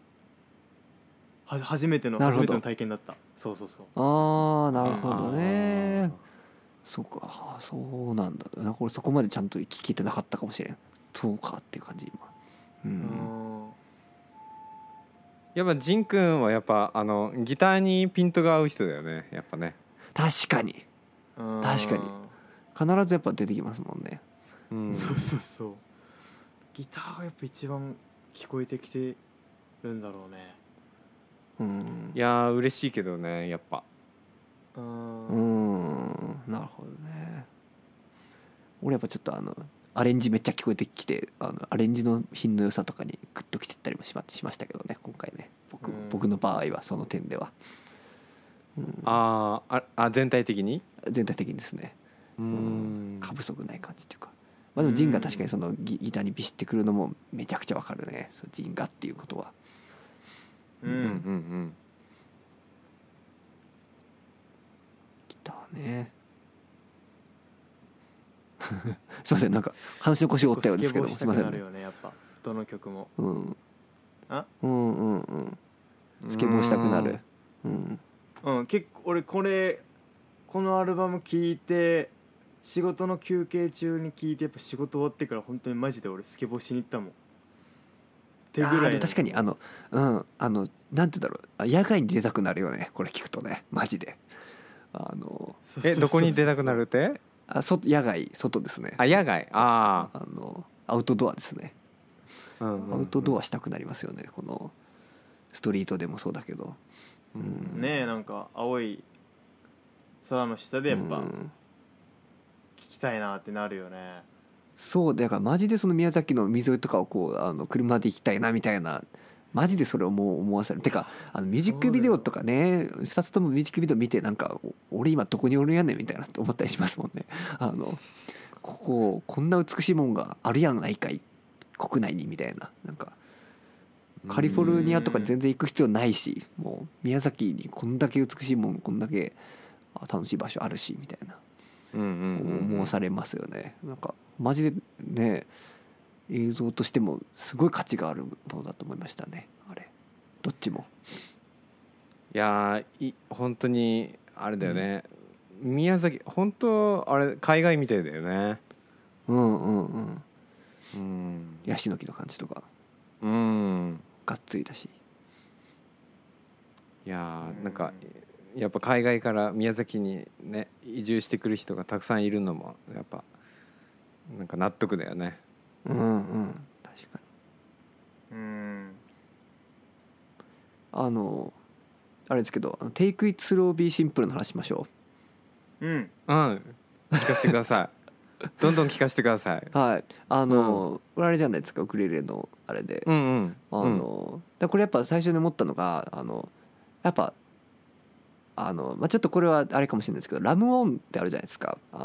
Speaker 1: 初めての体験だった。そうな
Speaker 2: るほどね。そうか、そうなんだ。なんか俺そこまでちゃんと聞いてなかったかもしれん。そうかっていう感じ今。
Speaker 3: やっぱ仁君はやっぱギターにピントが合う人だよねやっぱね。
Speaker 2: 確かに必ずやっぱ出てきますもんね。
Speaker 1: そうギターがやっぱ一番聞こえてきてるんだろうね。
Speaker 3: いや嬉しいけどねやっぱ。
Speaker 2: なるほどね。俺やっぱちょっとアレンジめっちゃ聞こえてきてアレンジの品の良さとかにグッときてったりもしましたけどね今回ね。僕の場合はその点では。
Speaker 3: 全体的に
Speaker 2: 全体的にですね、過不足ない感じっていうか、まあ、でもジンが確かにそのギターにビシってくるのもめちゃくちゃわかるね、そのジンがっていうことは。ギターねすいません、なんか話の腰を折ったようですけども、すいませんね。
Speaker 1: スケボーしたくなるよね、やっぱどの曲も。
Speaker 2: スケボーしたくなる。
Speaker 1: 結構俺このアルバム聴いて、仕事の休憩中に聴いて、やっぱ仕事終わってから本当にマジで俺スケボーしに行ったもんってぐらい。
Speaker 2: 確かになんて言うんだろう、野外に出たくなるよね、これ聞くとね、マジで。
Speaker 3: どこに出たくなるって？
Speaker 2: 野外、外ですね。
Speaker 3: 野外、
Speaker 2: アウトドアですね。アウトドアしたくなりますよね、このストリートでもそうだけど。
Speaker 1: ねえ、なんか青い空の下でやっぱ聴きたいなってなるよね。
Speaker 2: そうだからマジでその宮崎の海沿いとかをこう車で行きたいなみたいな、マジでそれを思わせる。てかミュージックビデオとかね、2つともミュージックビデオ見て、なんか俺今どこにおるんやねんみたいなって思ったりしますもんね。こんな美しいもんがあるやんないかい国内にみたいな、なんかカリフォルニアとか全然行く必要ないし、もう宮崎にこんだけ美しいもん、こんだけ楽しい場所あるしみたいな思わされますよね。なんかマジでね、映像としてもすごい価値があるものだと思いましたね、あれどっちも。
Speaker 3: いや本当にあれだよね、宮崎本当あれ海外みたいだよね。
Speaker 2: ヤシの木の感じとかがっつりだし。
Speaker 3: いやなんかやっぱ海外から宮崎にね移住してくる人がたくさんいるのもやっぱなんか納得だよね。
Speaker 2: 確かに。あれですけど、Take It Slow Be Simple の話しましょ
Speaker 3: う。聞かせてくださいどんどん聞かせてください。
Speaker 2: はい、これあれじゃないですか、ウクレレのあれで、これやっぱ最初に思ったのがやっぱちょっとこれはあれかもしれないですけど、ラムオンってあるじゃないですか、ポ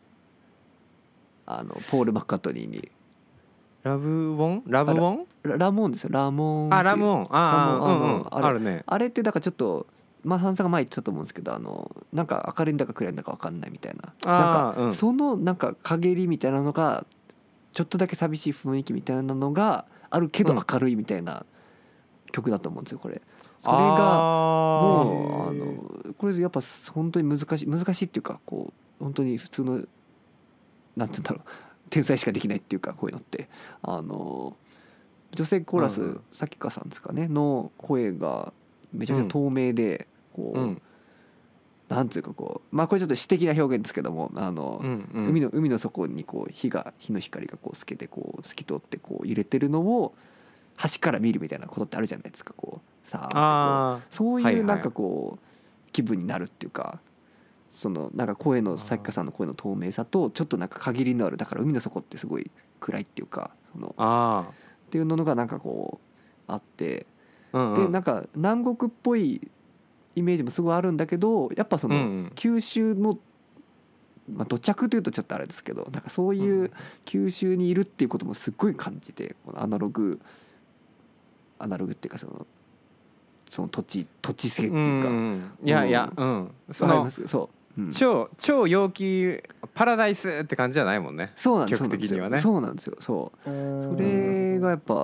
Speaker 2: ール・マッカートニーに。
Speaker 3: ラムオン
Speaker 2: ですよ、ラモン。
Speaker 3: ラムオン、あるね。
Speaker 2: あれってだからちょっとハンさんが前言ってたと思うんですけど、なんか明るいんだか暗いんだか分かんないみたいな、なんかそのなんか陰りみたいなのがちょっとだけ寂しい雰囲気みたいなのがあるけど明るいみたいな曲だと思うんですよ、これ。それがもうこれやっぱ本当に難しいっていうか、こう本当に普通のなんて言うんだろう、天才しかできないっていうか、こういうのって女性コーラス、さきかさんですかねの声がめちゃくちゃ透明で、こうなんていうかこう、これちょっと詩的な表現ですけども、海の底にこう日の光がこう透けてこう透き通ってこう揺れてるのを端から見るみたいなことってあるじゃないですか、こうさあそういうなんかこう気分になるっていうか、そのなんか声のさきかさんの声の透明さとちょっとなんか限りのある、だから海の底ってすごい暗いっていうか、そのっていうのがなんかこうあって、でなんか南国っぽいイメージもすごいあるんだけど、やっぱその九州の土着というとちょっとあれですけど、なんかそういう九州にいるっていうこともすっごい感じて、このアナログっていうか、その土地性っていうか、
Speaker 3: その超陽気パラダイスって感じじゃないもんね。
Speaker 2: そうなんですよ、
Speaker 3: 曲的にはね。
Speaker 2: そうなんですよ。それがやっぱ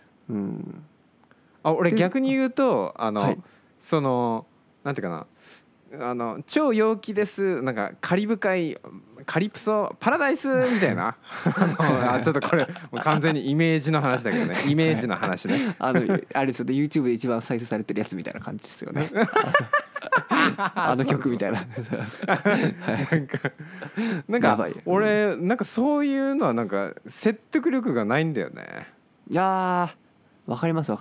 Speaker 3: 俺逆に言うとそのなんていうかな、超陽気です、なんかカリブ海カリプソパラダイスみたいなちょっとこれもう完全にイメージの話だけどね、イメージの話ね
Speaker 2: あれですよね、 YouTube で一番再生されてるやつみたいな感じですよね曲みたいな
Speaker 3: なんか俺なんかそういうのはなんか説得力がないんだよね。
Speaker 2: いやわかります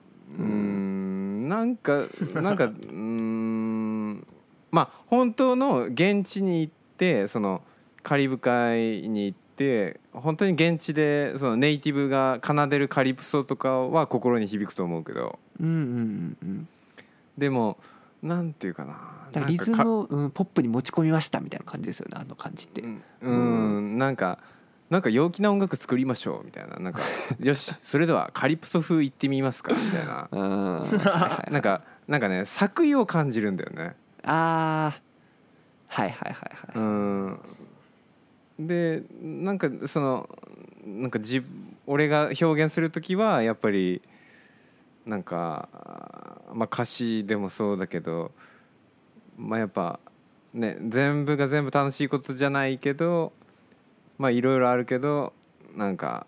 Speaker 3: なんか本当の現地に行って、そのカリブ海に行って本当に現地でそのネイティブが奏でるカリプソとかは心に響くと思うけど、でもなんていうかな、
Speaker 2: だからリズムを、ポップに持ち込みましたみたいな感じですよね、あの感じって。
Speaker 3: なんか陽気な音楽作りましょうみたいな、なんかよしそれではカリプソ風行ってみますかみたいななんかね作為を感じるんだよね。
Speaker 2: ああ、はいはいはいはい。
Speaker 3: でなんかそのなんか俺が表現するときはやっぱりなんか、まあ、歌詞でもそうだけど、まあ、やっぱね全部が全部楽しいことじゃないけど、まあいろいろあるけどなんか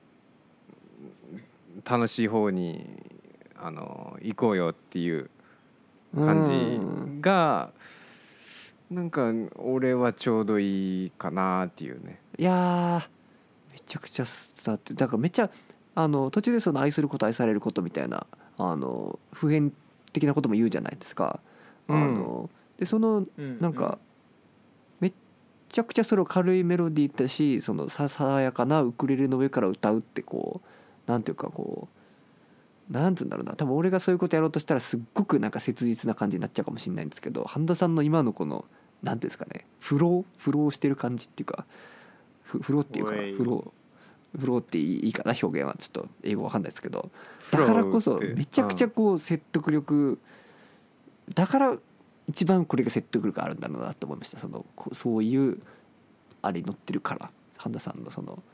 Speaker 3: 楽しい方に行こうよっていう感じがなんか俺はちょうどいいかなっていうね。
Speaker 2: いやめちゃくちゃ伝わって、だからめっちゃ途中でその愛すること愛されることみたいな普遍的なことも言うじゃないですか。でそのなんかめっちゃくちゃそれを軽いメロディーだし、そのささやかなウクレレの上から歌うってこうなんていうかこうなんつうんだろうな、多分俺がそういうことやろうとしたらすっごくなんか切実な感じになっちゃうかもしれないんですけど、半田さんの今のこのなんていうんですかね、フローしてる感じっていうか、フローっていうかフローっていいかな、表現はちょっと英語わかんないですけど、だからこそめちゃくちゃこう説得力だから一番これが説得力あるんだろうなと思いました。そういうあれに乗ってるから半田さんのその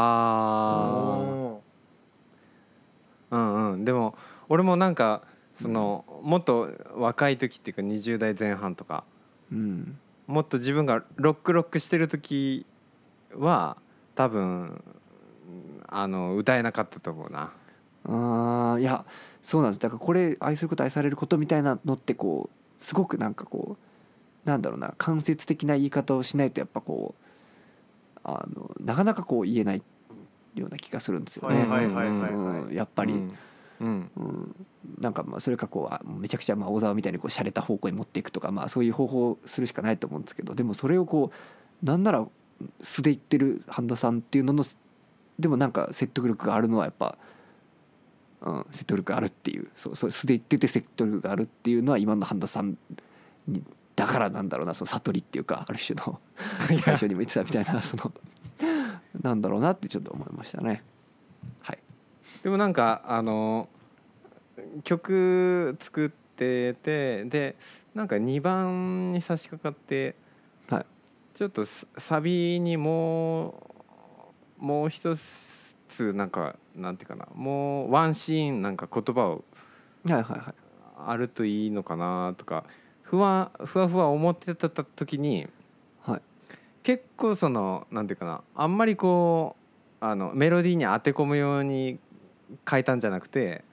Speaker 3: でも俺もなんかそのもっと若い時っていうか20代前半とか、もっと自分がロックしてる時は多分歌えなかったと思うな。
Speaker 2: いやそうなんです。だからこれ愛すること愛されることみたいなのってこうすごくなんかこうなんだろうな、間接的な言い方をしないとやっぱこうなかなかこう言えないような気がするんですよね。やっぱり、なんかまあそれかこうめちゃくちゃまあ小沢みたいにこう洒落た方向に持っていくとか、まあそういう方法をするしかないと思うんですけど、でもそれをこうなんなら素で言ってる半田さんっていうののでもなんか説得力があるのはやっぱ、説得力があるっていう、そう素で言ってて説得力があるっていうのは今の半田さんにだからなんだろうな、その悟りっていうかある種の最初にも言ってたみたいなそのなんだろうなってちょっと思いましたね。はい。
Speaker 3: でもなんか曲作ってて、でなんか2番に差し掛かって、ちょっとサビにもう一つなんかなんていうかな、もうワンシーンなんか言葉をあるといいのかなとかふわふわ思ってた時に、結構そのなんていうかな、あんまりこうメロディーに当て込むように書いたんじゃなくて、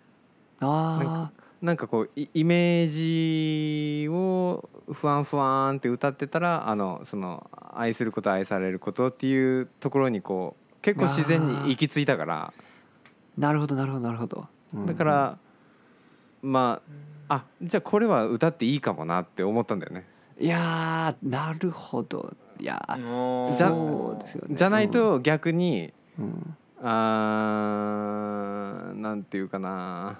Speaker 3: なんかこうイメージをふわんって歌ってたらその愛すること愛されることっていうところにこう結構自然に行き着いたから、
Speaker 2: なるほど、
Speaker 3: だからまあじゃあこれは歌っていいかもなって思ったんだよね。
Speaker 2: いやなるほど。いや
Speaker 3: そうですよね。じゃないと逆に、なんていうかな、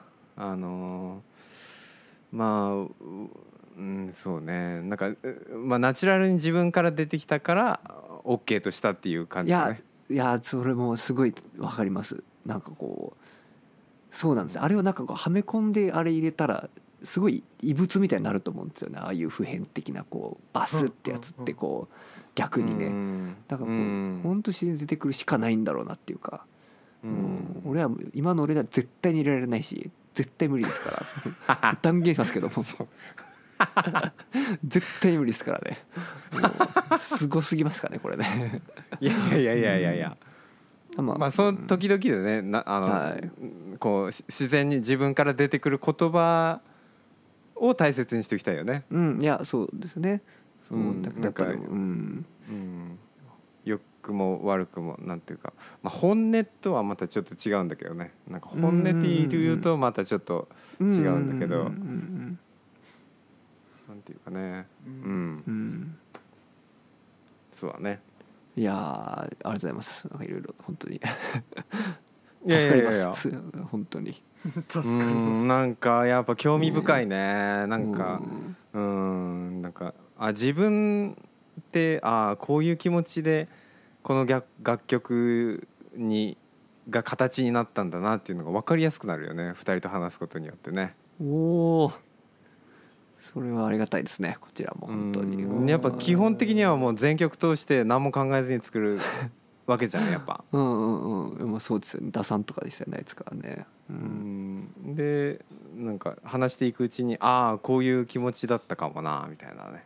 Speaker 3: まあそうね、なんかまあナチュラルに自分から出てきたから OK としたっていう感じだね。
Speaker 2: いやそれもすごいわかります。なんかこうそうなんですよ。あれをなんかこうはめ込んであれ入れたらすごい異物みたいになると思うんですよね。ああいう普遍的なこうバスってやつってこう逆にね、だからこう本当自然に出てくるしかないんだろうなっていうか、俺は今の俺では絶対に入れられないし絶対無理ですから断言しますけども絶対に無理ですからね。すごすぎますからねこれね。
Speaker 3: いやまあその時々でねこう自然に自分から出てくる言葉を大切にしておきたいよね。
Speaker 2: いやそうですね。
Speaker 3: なんか良くも悪くもなんていうか、まあ、本音とはまたちょっと違うんだけどね。なんか本音って言うとまたちょっと違うんだけど、なんていうかね、そうだね。
Speaker 2: いやありがとうございます。いろいろ本当に助かります。本当に
Speaker 1: 助かります。
Speaker 3: なんかやっぱ興味深いね。なんかなんか自分ってこういう気持ちでこの楽曲が形になったんだなっていうのが分かりやすくなるよね、2人と話すことによってね。
Speaker 2: おお、それはありがたいですね。こちらも本当に
Speaker 3: やっぱ基本的にはもう全曲通して何も考えずに作るわけじゃんやっぱ
Speaker 2: まあそうですよね。打算とかですよね、いつからね。
Speaker 3: でなんか話していくうちにこういう気持ちだったかもなみたいなね。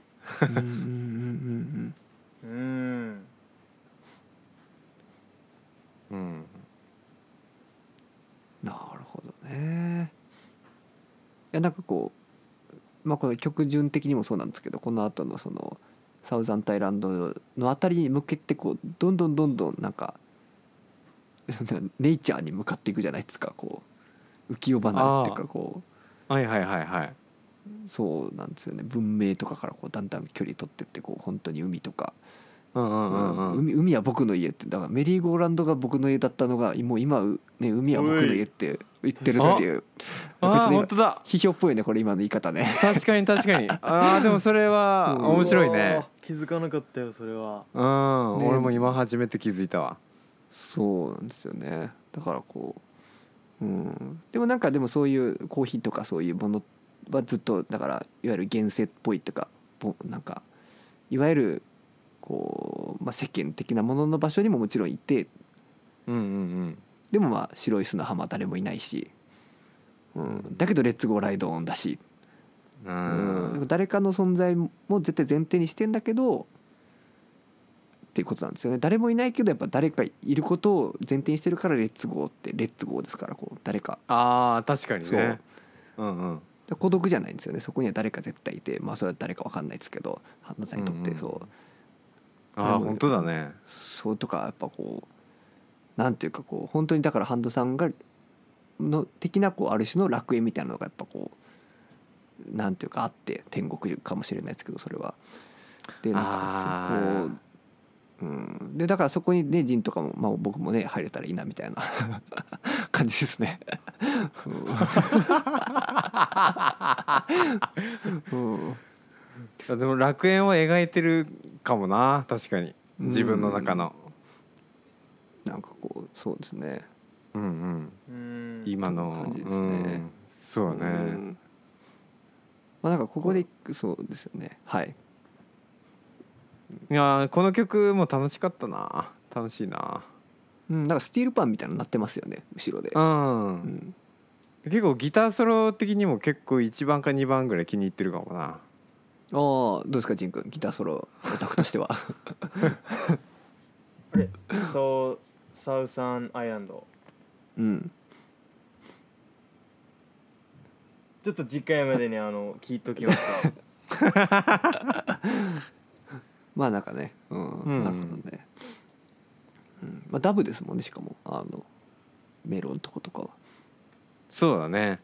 Speaker 2: なるほどね。いやなんかこう、まあこの曲順的にもそうなんですけど、この後のそのサウザンタイランドのあたりに向けてこうどんどんなんかネイチャーに向かっていくじゃないですか。こう浮世離れっていうかこ
Speaker 3: うはいはいはいはい、
Speaker 2: そうなんですよね。文明とかからこうだんだん距離取ってってこう本当に海とか、海は僕の家ってだからメリーゴーランドが僕の家だったのがもう今ね海は僕の家って言ってるっていう。
Speaker 3: 本当だ。
Speaker 2: 批評っぽいねこれ今の言い方ね。
Speaker 3: 確かに確かに。でもそれは面白いね。
Speaker 1: 気づかなかったよそれは。
Speaker 3: 俺も今初めて気づいたわ。
Speaker 2: そうなんですよね。だからこう、でもなんかでもそういうコーヒーとかそういうものはずっとだからいわゆる現世っぽいとかなんかいわゆるこう、世間的なものの場所にももちろんいて、でもまあ白い砂浜誰もいないし、だけどレッツゴーライドオンだし、誰かの存在も絶対前提にしてんだけどっていうことなんですよね。誰もいないけどやっぱ誰かいることを前提にしてるからレッツゴーってレッツゴーですから、こう誰か
Speaker 3: 確かにね。
Speaker 2: 孤独じゃないんですよね。そこには誰か絶対いて、まあそれは誰か分かんないですけど、ハンナさんにとって
Speaker 3: 本当だね。
Speaker 2: そうとかやっぱこうなんていうかこう本当にだからハンドさんがの的なこうある種の楽園みたいなのがやっぱこうなんていうかあって天国かもしれないですけど、それはでなんかそこでだからそこにねジンとかも、僕もね入れたらいいなみたいな感じですね。
Speaker 3: でも楽園を描いてるかもな、確かに自分の中の、
Speaker 2: なんかこうそうですね。
Speaker 3: 今の感じですね。そうね。
Speaker 2: なんかここでそうですよね。はい。
Speaker 3: いやこの曲も楽しかったな。楽しいな。
Speaker 2: なんかスティールパンみたいなのなってますよね後ろで。
Speaker 3: 結構ギターソロ的にも結構1番か2番ぐらい気に入ってるかもな。
Speaker 2: どうですかジン君、ギターソロオタクとしては。
Speaker 1: そうサウサンアイランド、ちょっと次回までに聞いときました。
Speaker 2: まあなんかね、なるほどね。ダブですもんね、しかもメロンとことかは。
Speaker 3: そうだね。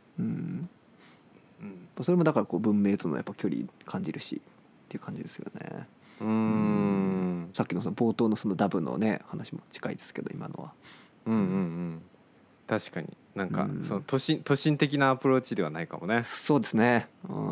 Speaker 2: それもだからこう文明とのやっぱ距離感じるしっていう感じですよね。さっきのその冒頭のそのダブのね話も近いですけど今のは。
Speaker 3: 確かになんかその都心的なアプローチではないかもね。
Speaker 2: そうですね。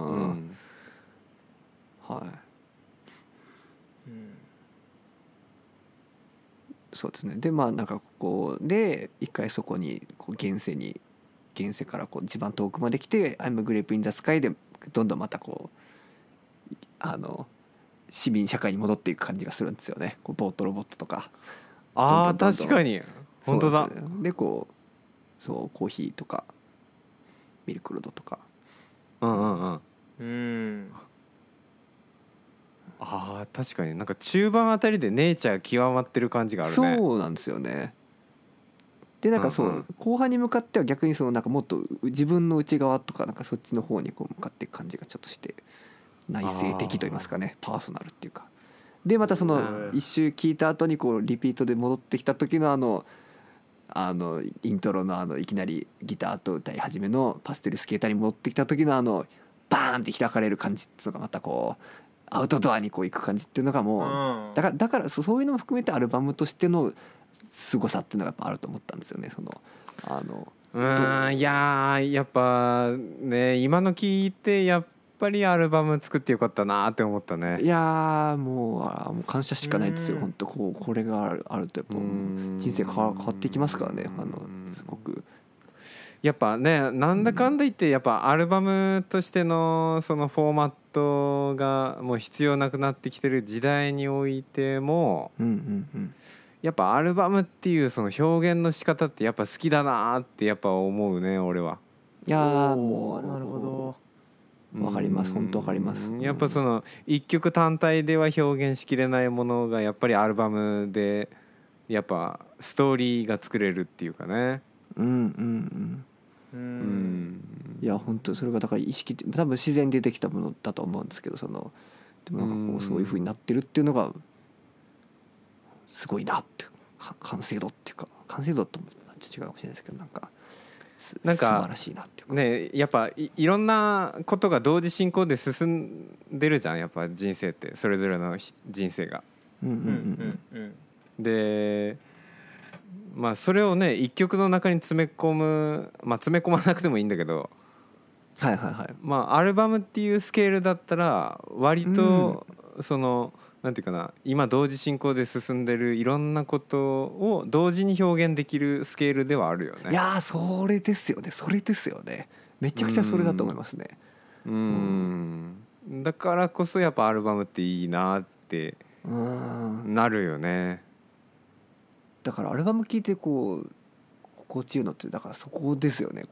Speaker 2: そうですね。でなんかここで一回そこにこう現世からこう一番遠くまで来て「I'm a grape in the sky」でどんどんまたこう市民社会に戻っていく感じがするんですよね。こうボートロボットとか。
Speaker 3: 確かに本当だ。
Speaker 2: でこうそうコーヒーとかミルクロードとか。
Speaker 3: 確かになんか中盤あたりでネイチャー極まってる感じがあるね。
Speaker 2: そうなんですよね。でなんかそう後半に向かっては逆にそのなんかもっと自分の内側とかなんかそっちの方にこう向かっていく感じがちょっとして内省的と言いますかね、パーソナルっていうか。でまたその一周聞いた後にこうリピートで戻ってきた時のイントロのいきなりギターと歌い始めのパステルスケーターに戻ってきた時のバーンって開かれる感じっていうのがまたこうアウトドアにこう行く感じっていうのがもうだからそういうのも含めてアルバムとしての凄さっていうのがやっぱあると思ったんですよね。
Speaker 3: いややっぱね今の聞いてやっぱりアルバム作ってよかったなって思ったね。
Speaker 2: いやもう感謝しかないですよ本当。これがあるとやっぱ人生変わっていきますからね。すごく
Speaker 3: やっぱねなんだかんだ言ってやっぱアルバムとしてのそのフォーマットがもう必要なくなってきてる時代においても、やっぱアルバムっていうその表現の仕方ってやっぱ好きだなってやっぱ思うね俺は。
Speaker 2: いやもう
Speaker 1: なるほ
Speaker 2: どわかります本当わかります。
Speaker 3: やっぱその一曲単体では表現しきれないものがやっぱりアルバムでやっぱストーリーが作れるっていうかね。
Speaker 2: いや本当それがだから意識多分自然に出てきたものだと思うんですけどでもなんかこうそういう風になってるっていうのがすごいなって完成度っていうか完成度とも違うかもしれないですけどなんか素晴らしいなっていうか
Speaker 3: ねやっぱいろんなことが同時進行で進んでるじゃんやっぱ人生ってそれぞれの人生が。でまあそれをね一曲の中に詰め込む詰め込まなくてもいいんだけどアルバムっていうスケールだったら割とそのなんていうかな今同時進行で進んでるいろんなことを同時に表現できるスケールではあるよね。
Speaker 2: いやそれですよねめちゃくちゃそれだと思いますね。
Speaker 3: だからこそやっぱアルバムっていいなってなるよね。
Speaker 2: だからアルバム聴いて心地いいのってだからそこですよね。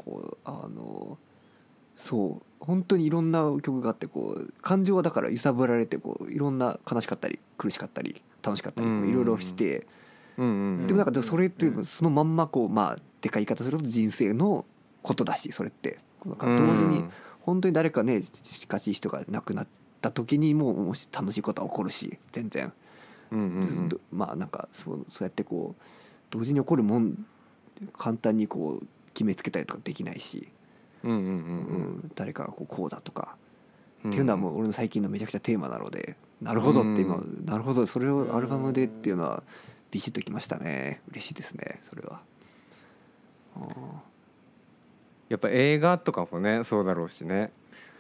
Speaker 2: そう本当にいろんな曲があって感情はだから揺さぶられていろんな悲しかったり苦しかったり楽しかったりいろいろして、でもなんかそれってそのまんまでかい言い方すると人生のことだしそれってなんか同時に本当に誰かね近しい人が亡くなった時にもし楽しいことは起こるし全然なんかそうやって同時に起こるもん簡単に決めつけたりとかできないし誰かがこうだとかっていうのはもう俺の最近のめちゃくちゃテーマなのでなるほどって今なるほどそれをアルバムでっていうのはビシッときましたね。嬉しいですねそれは。
Speaker 3: やっぱ映画とかもねそうだろうしね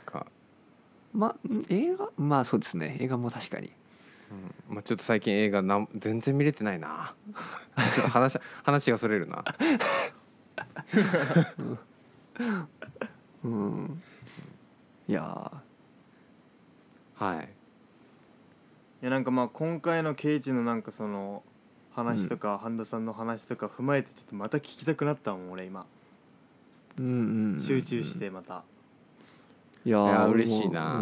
Speaker 2: 映画そうですね映画も確かに
Speaker 3: ちょっと最近映画全然見れてないなちょっと話がそれるな
Speaker 2: いや
Speaker 1: いやなんか今回のケイチのなんかその話とか半田さんの話とか踏まえてちょっとまた聞きたくなったもん俺今集中してまた
Speaker 3: いや嬉しいな。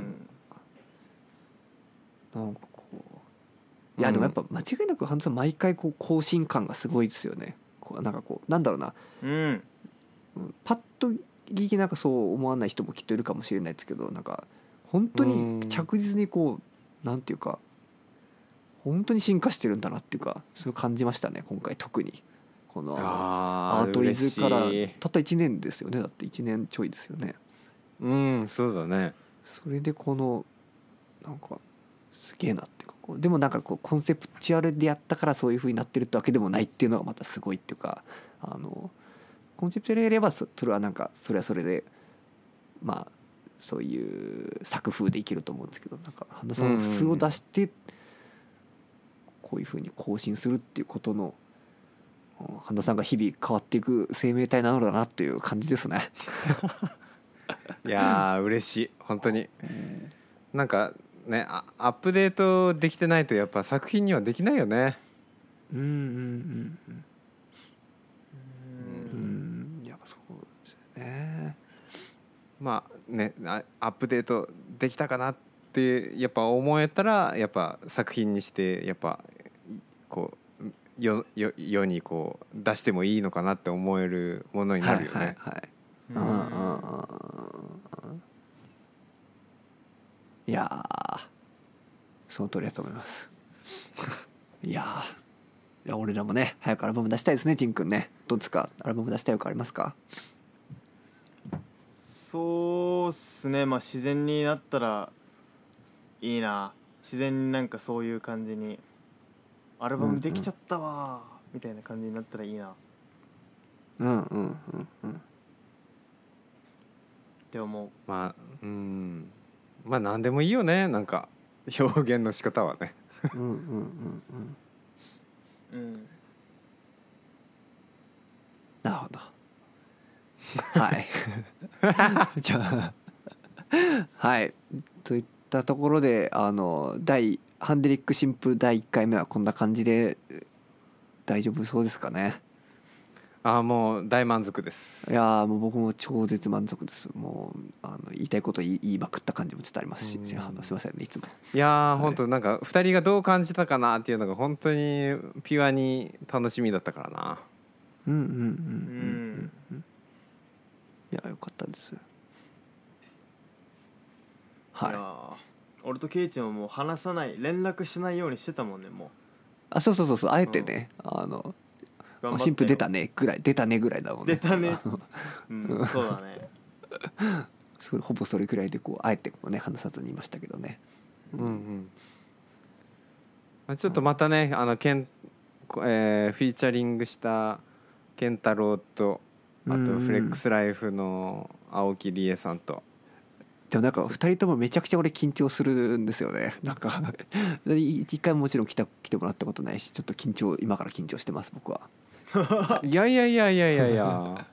Speaker 2: なんかいやでもやっぱ間違いなく半田さん毎回更新感がすごいですよね。なんかなんだろうなパッと聞きなんかそう思わない人もきっといるかもしれないですけどなんか本当に着実になんていうか本当に進化してるんだなっていうかそう感じましたね今回特にこのアートイズからたった1年ですよね。だって1年ちょいですよね。
Speaker 3: そうだね。
Speaker 2: それでなんかすげえなっていうかでもなんかコンセプチュアルでやったからそういう風になってるってわけでもないっていうのがまたすごいっていうかコンセプチュアルでやればそれはなんかそれはそれでそういう作風でいけると思うんですけどなんか半田さんの素を出してこういう風に更新するっていうことの半田さんが日々変わっていく生命体なのだなっていう感じですね。
Speaker 3: いや嬉しい本当になんかねアップデートできてないとやっぱ作品にはできないよね。
Speaker 2: やっぱそうですよね。
Speaker 3: アップデートできたかなってやっぱ思えたらやっぱ作品にしてやっぱ世に出してもいいのかなって思えるものになるよね。
Speaker 2: いやその通りだと思いますいや俺らもね早くアルバム出したいですね。ジンくんねどうですかアルバム出したい欲ありますか？
Speaker 1: そうっすね自然になったらいいな。自然になんかそういう感じにアルバムできちゃったわっみたいな感じになったらいいなっ
Speaker 2: うんうんうんうん
Speaker 1: て思う。
Speaker 3: まあ何でもいいよね、なんか表現の仕方はね。
Speaker 2: うんうんうん
Speaker 1: うん。
Speaker 2: なるほど。はいじゃあはいといったところでハンデリック新譜第1回目はこんな感じで大丈夫そうですかね。
Speaker 3: もう大満足です。
Speaker 2: いやもう僕も超絶満足です。もう言いたいこと言いまくった感じもちょっとありますし、すいませんねいつも。
Speaker 3: いや
Speaker 2: はい
Speaker 3: 本当なんか2人がどう感じたかなっていうのが本当にピュアに楽しみだったからな。
Speaker 2: うんうんうんうんうん。いやよかったです。はい。
Speaker 1: いや俺とケイチももう話さない連絡しないようにしてたもんねもう。
Speaker 2: そうあえてね、新婦出たねぐらいだもんね。
Speaker 1: 出たね。そうだね。
Speaker 2: ほぼそれぐらいであえて話さずにいましたけどね。
Speaker 3: ちょっとまたねフィーチャリングした健太郎とあとフレックスライフの青木理恵さんと。
Speaker 2: でもなんか2人ともめちゃくちゃ俺緊張するんですよね。なんか一回もちろん来てもらったことないし、ちょっと今から緊張してます僕は。
Speaker 3: いや2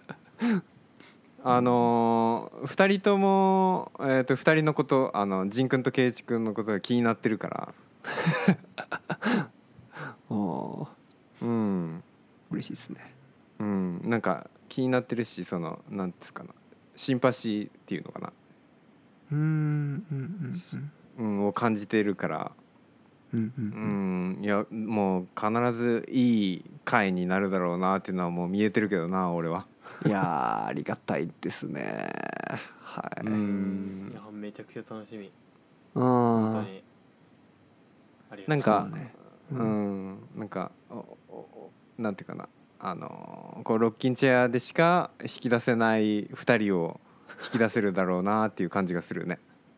Speaker 3: 人とも2人のこと仁君と圭一君のことが気になってるから
Speaker 2: 嬉しいですね。
Speaker 3: なんか気になってるし、なんですかな、シンパシーっていうのかな、を感じてるから、いやもう必ずいい回になるだろうなっていうのはもう見えてるけどな俺は。
Speaker 2: いやありがたいですね。はい。
Speaker 1: いやめちゃくちゃ楽しみ。
Speaker 2: 本
Speaker 1: 当にありがとう。
Speaker 3: なんかなんかなんていうかな、こうロッキンチェアでしか引き出せない2人を引き出せるだろうなっていう感じがするね。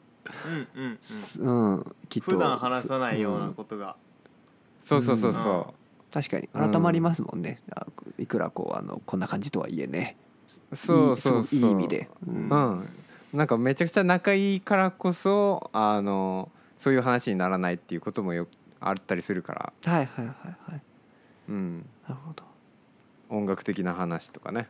Speaker 2: きっと
Speaker 1: 普段話さないようなことが、
Speaker 3: そう
Speaker 2: 確かに改まりますもんね。いくらこんな感じとはいえね。
Speaker 3: そう
Speaker 2: いい意味で。
Speaker 3: なんかめちゃくちゃ仲いいからこそそういう話にならないっていうこともあったりするから。
Speaker 2: はい。
Speaker 3: な
Speaker 2: るほど。
Speaker 3: 音楽的な話とかね。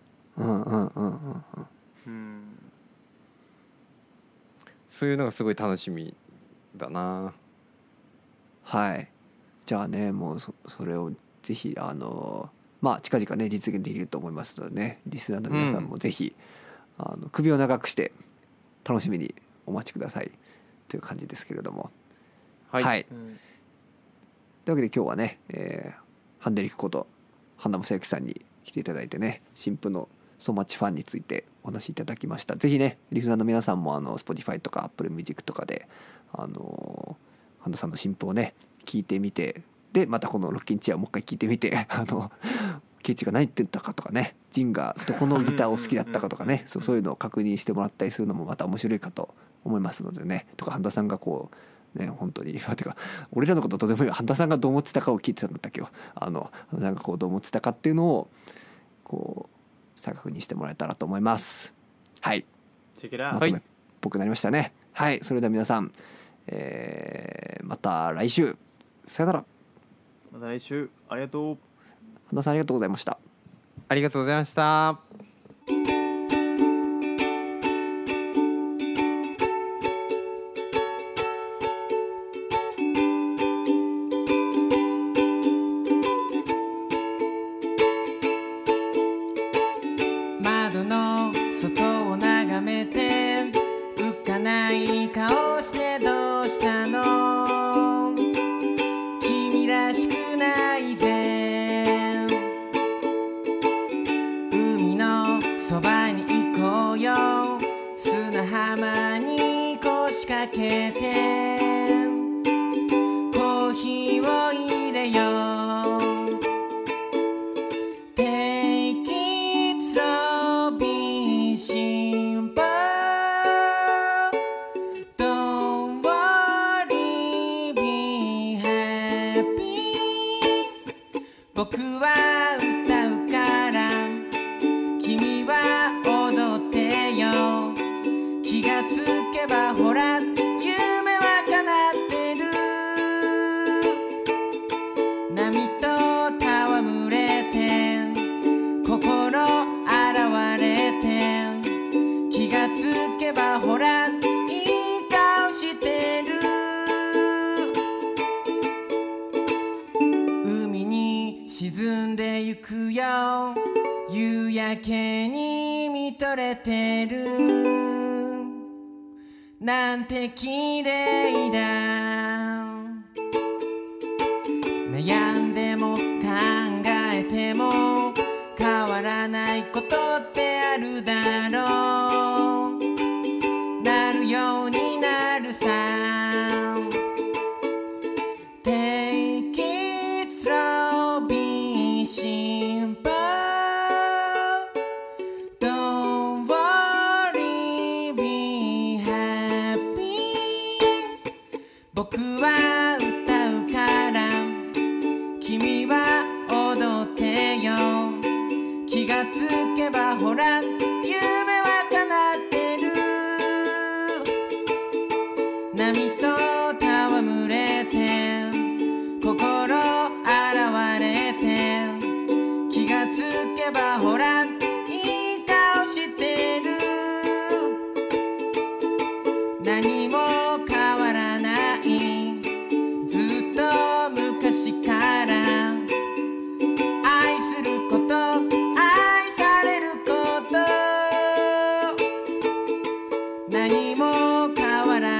Speaker 3: そういうのがすごい楽しみだな。
Speaker 2: はい。じゃあねもうそれをぜひ近々ね実現できると思いますのでね、リスナーの皆さんもぜひ、首を長くして楽しみにお待ちくださいという感じですけれども。はい。というわけで今日はね、ハンデリクこと半田正幸さんに来ていただいてね、新婦のSo Much Funについてお話しいただきました。ぜひねリスナーの皆さんもSpotify とか Apple Music とかで半田さんの新譜をね聞いてみて、でまたこのロッキンチェアをもう一回聞いてみてケイチが何言ってたかとかね、ジンがどこのギターを好きだったかとかねそういうのを確認してもらったりするのもまた面白いかと思いますのでね。とか半田さんがこうね本当にてか俺らのことどうでもいいわ、半田さんがどう思ってたかを聞いてたんだったっけよ。半田さんがこうどう思ってたかっていうのをこう再確認してもらえたらと思います。はい。まとめっぽくなりましたね。はい。それでは皆さん、また来週さよなら。
Speaker 1: また来週ありがとう。
Speaker 2: 半田さんありがとうございました。
Speaker 3: ありがとうございました。
Speaker 4: 窓の外を眺めて浮かない顔してどうしたの、君らしくないぜ、海のそばに行こうよ、砂浜に腰掛けてコーヒーを入れよう、 Take it slow, be simple, don't worry, be happy, 僕は気がつけばほら夢は叶ってる。波と戯れて心現れて気がつけばほらいい顔してる。海に沈んでゆくよ夕焼けに見とれてる。なんて綺麗だ。悩んでも考えても変わらないことってあるだろう。なるようになるさ。 Take it slow, be simple. Don't worry, be happy. 僕は歌うから君は踊ってよ。気がつけばほら夢は叶ってる。波と戯れて心現れて気がつけばほらいい顔してる。何も変わらないずっと昔から愛すること愛されること何も変わらない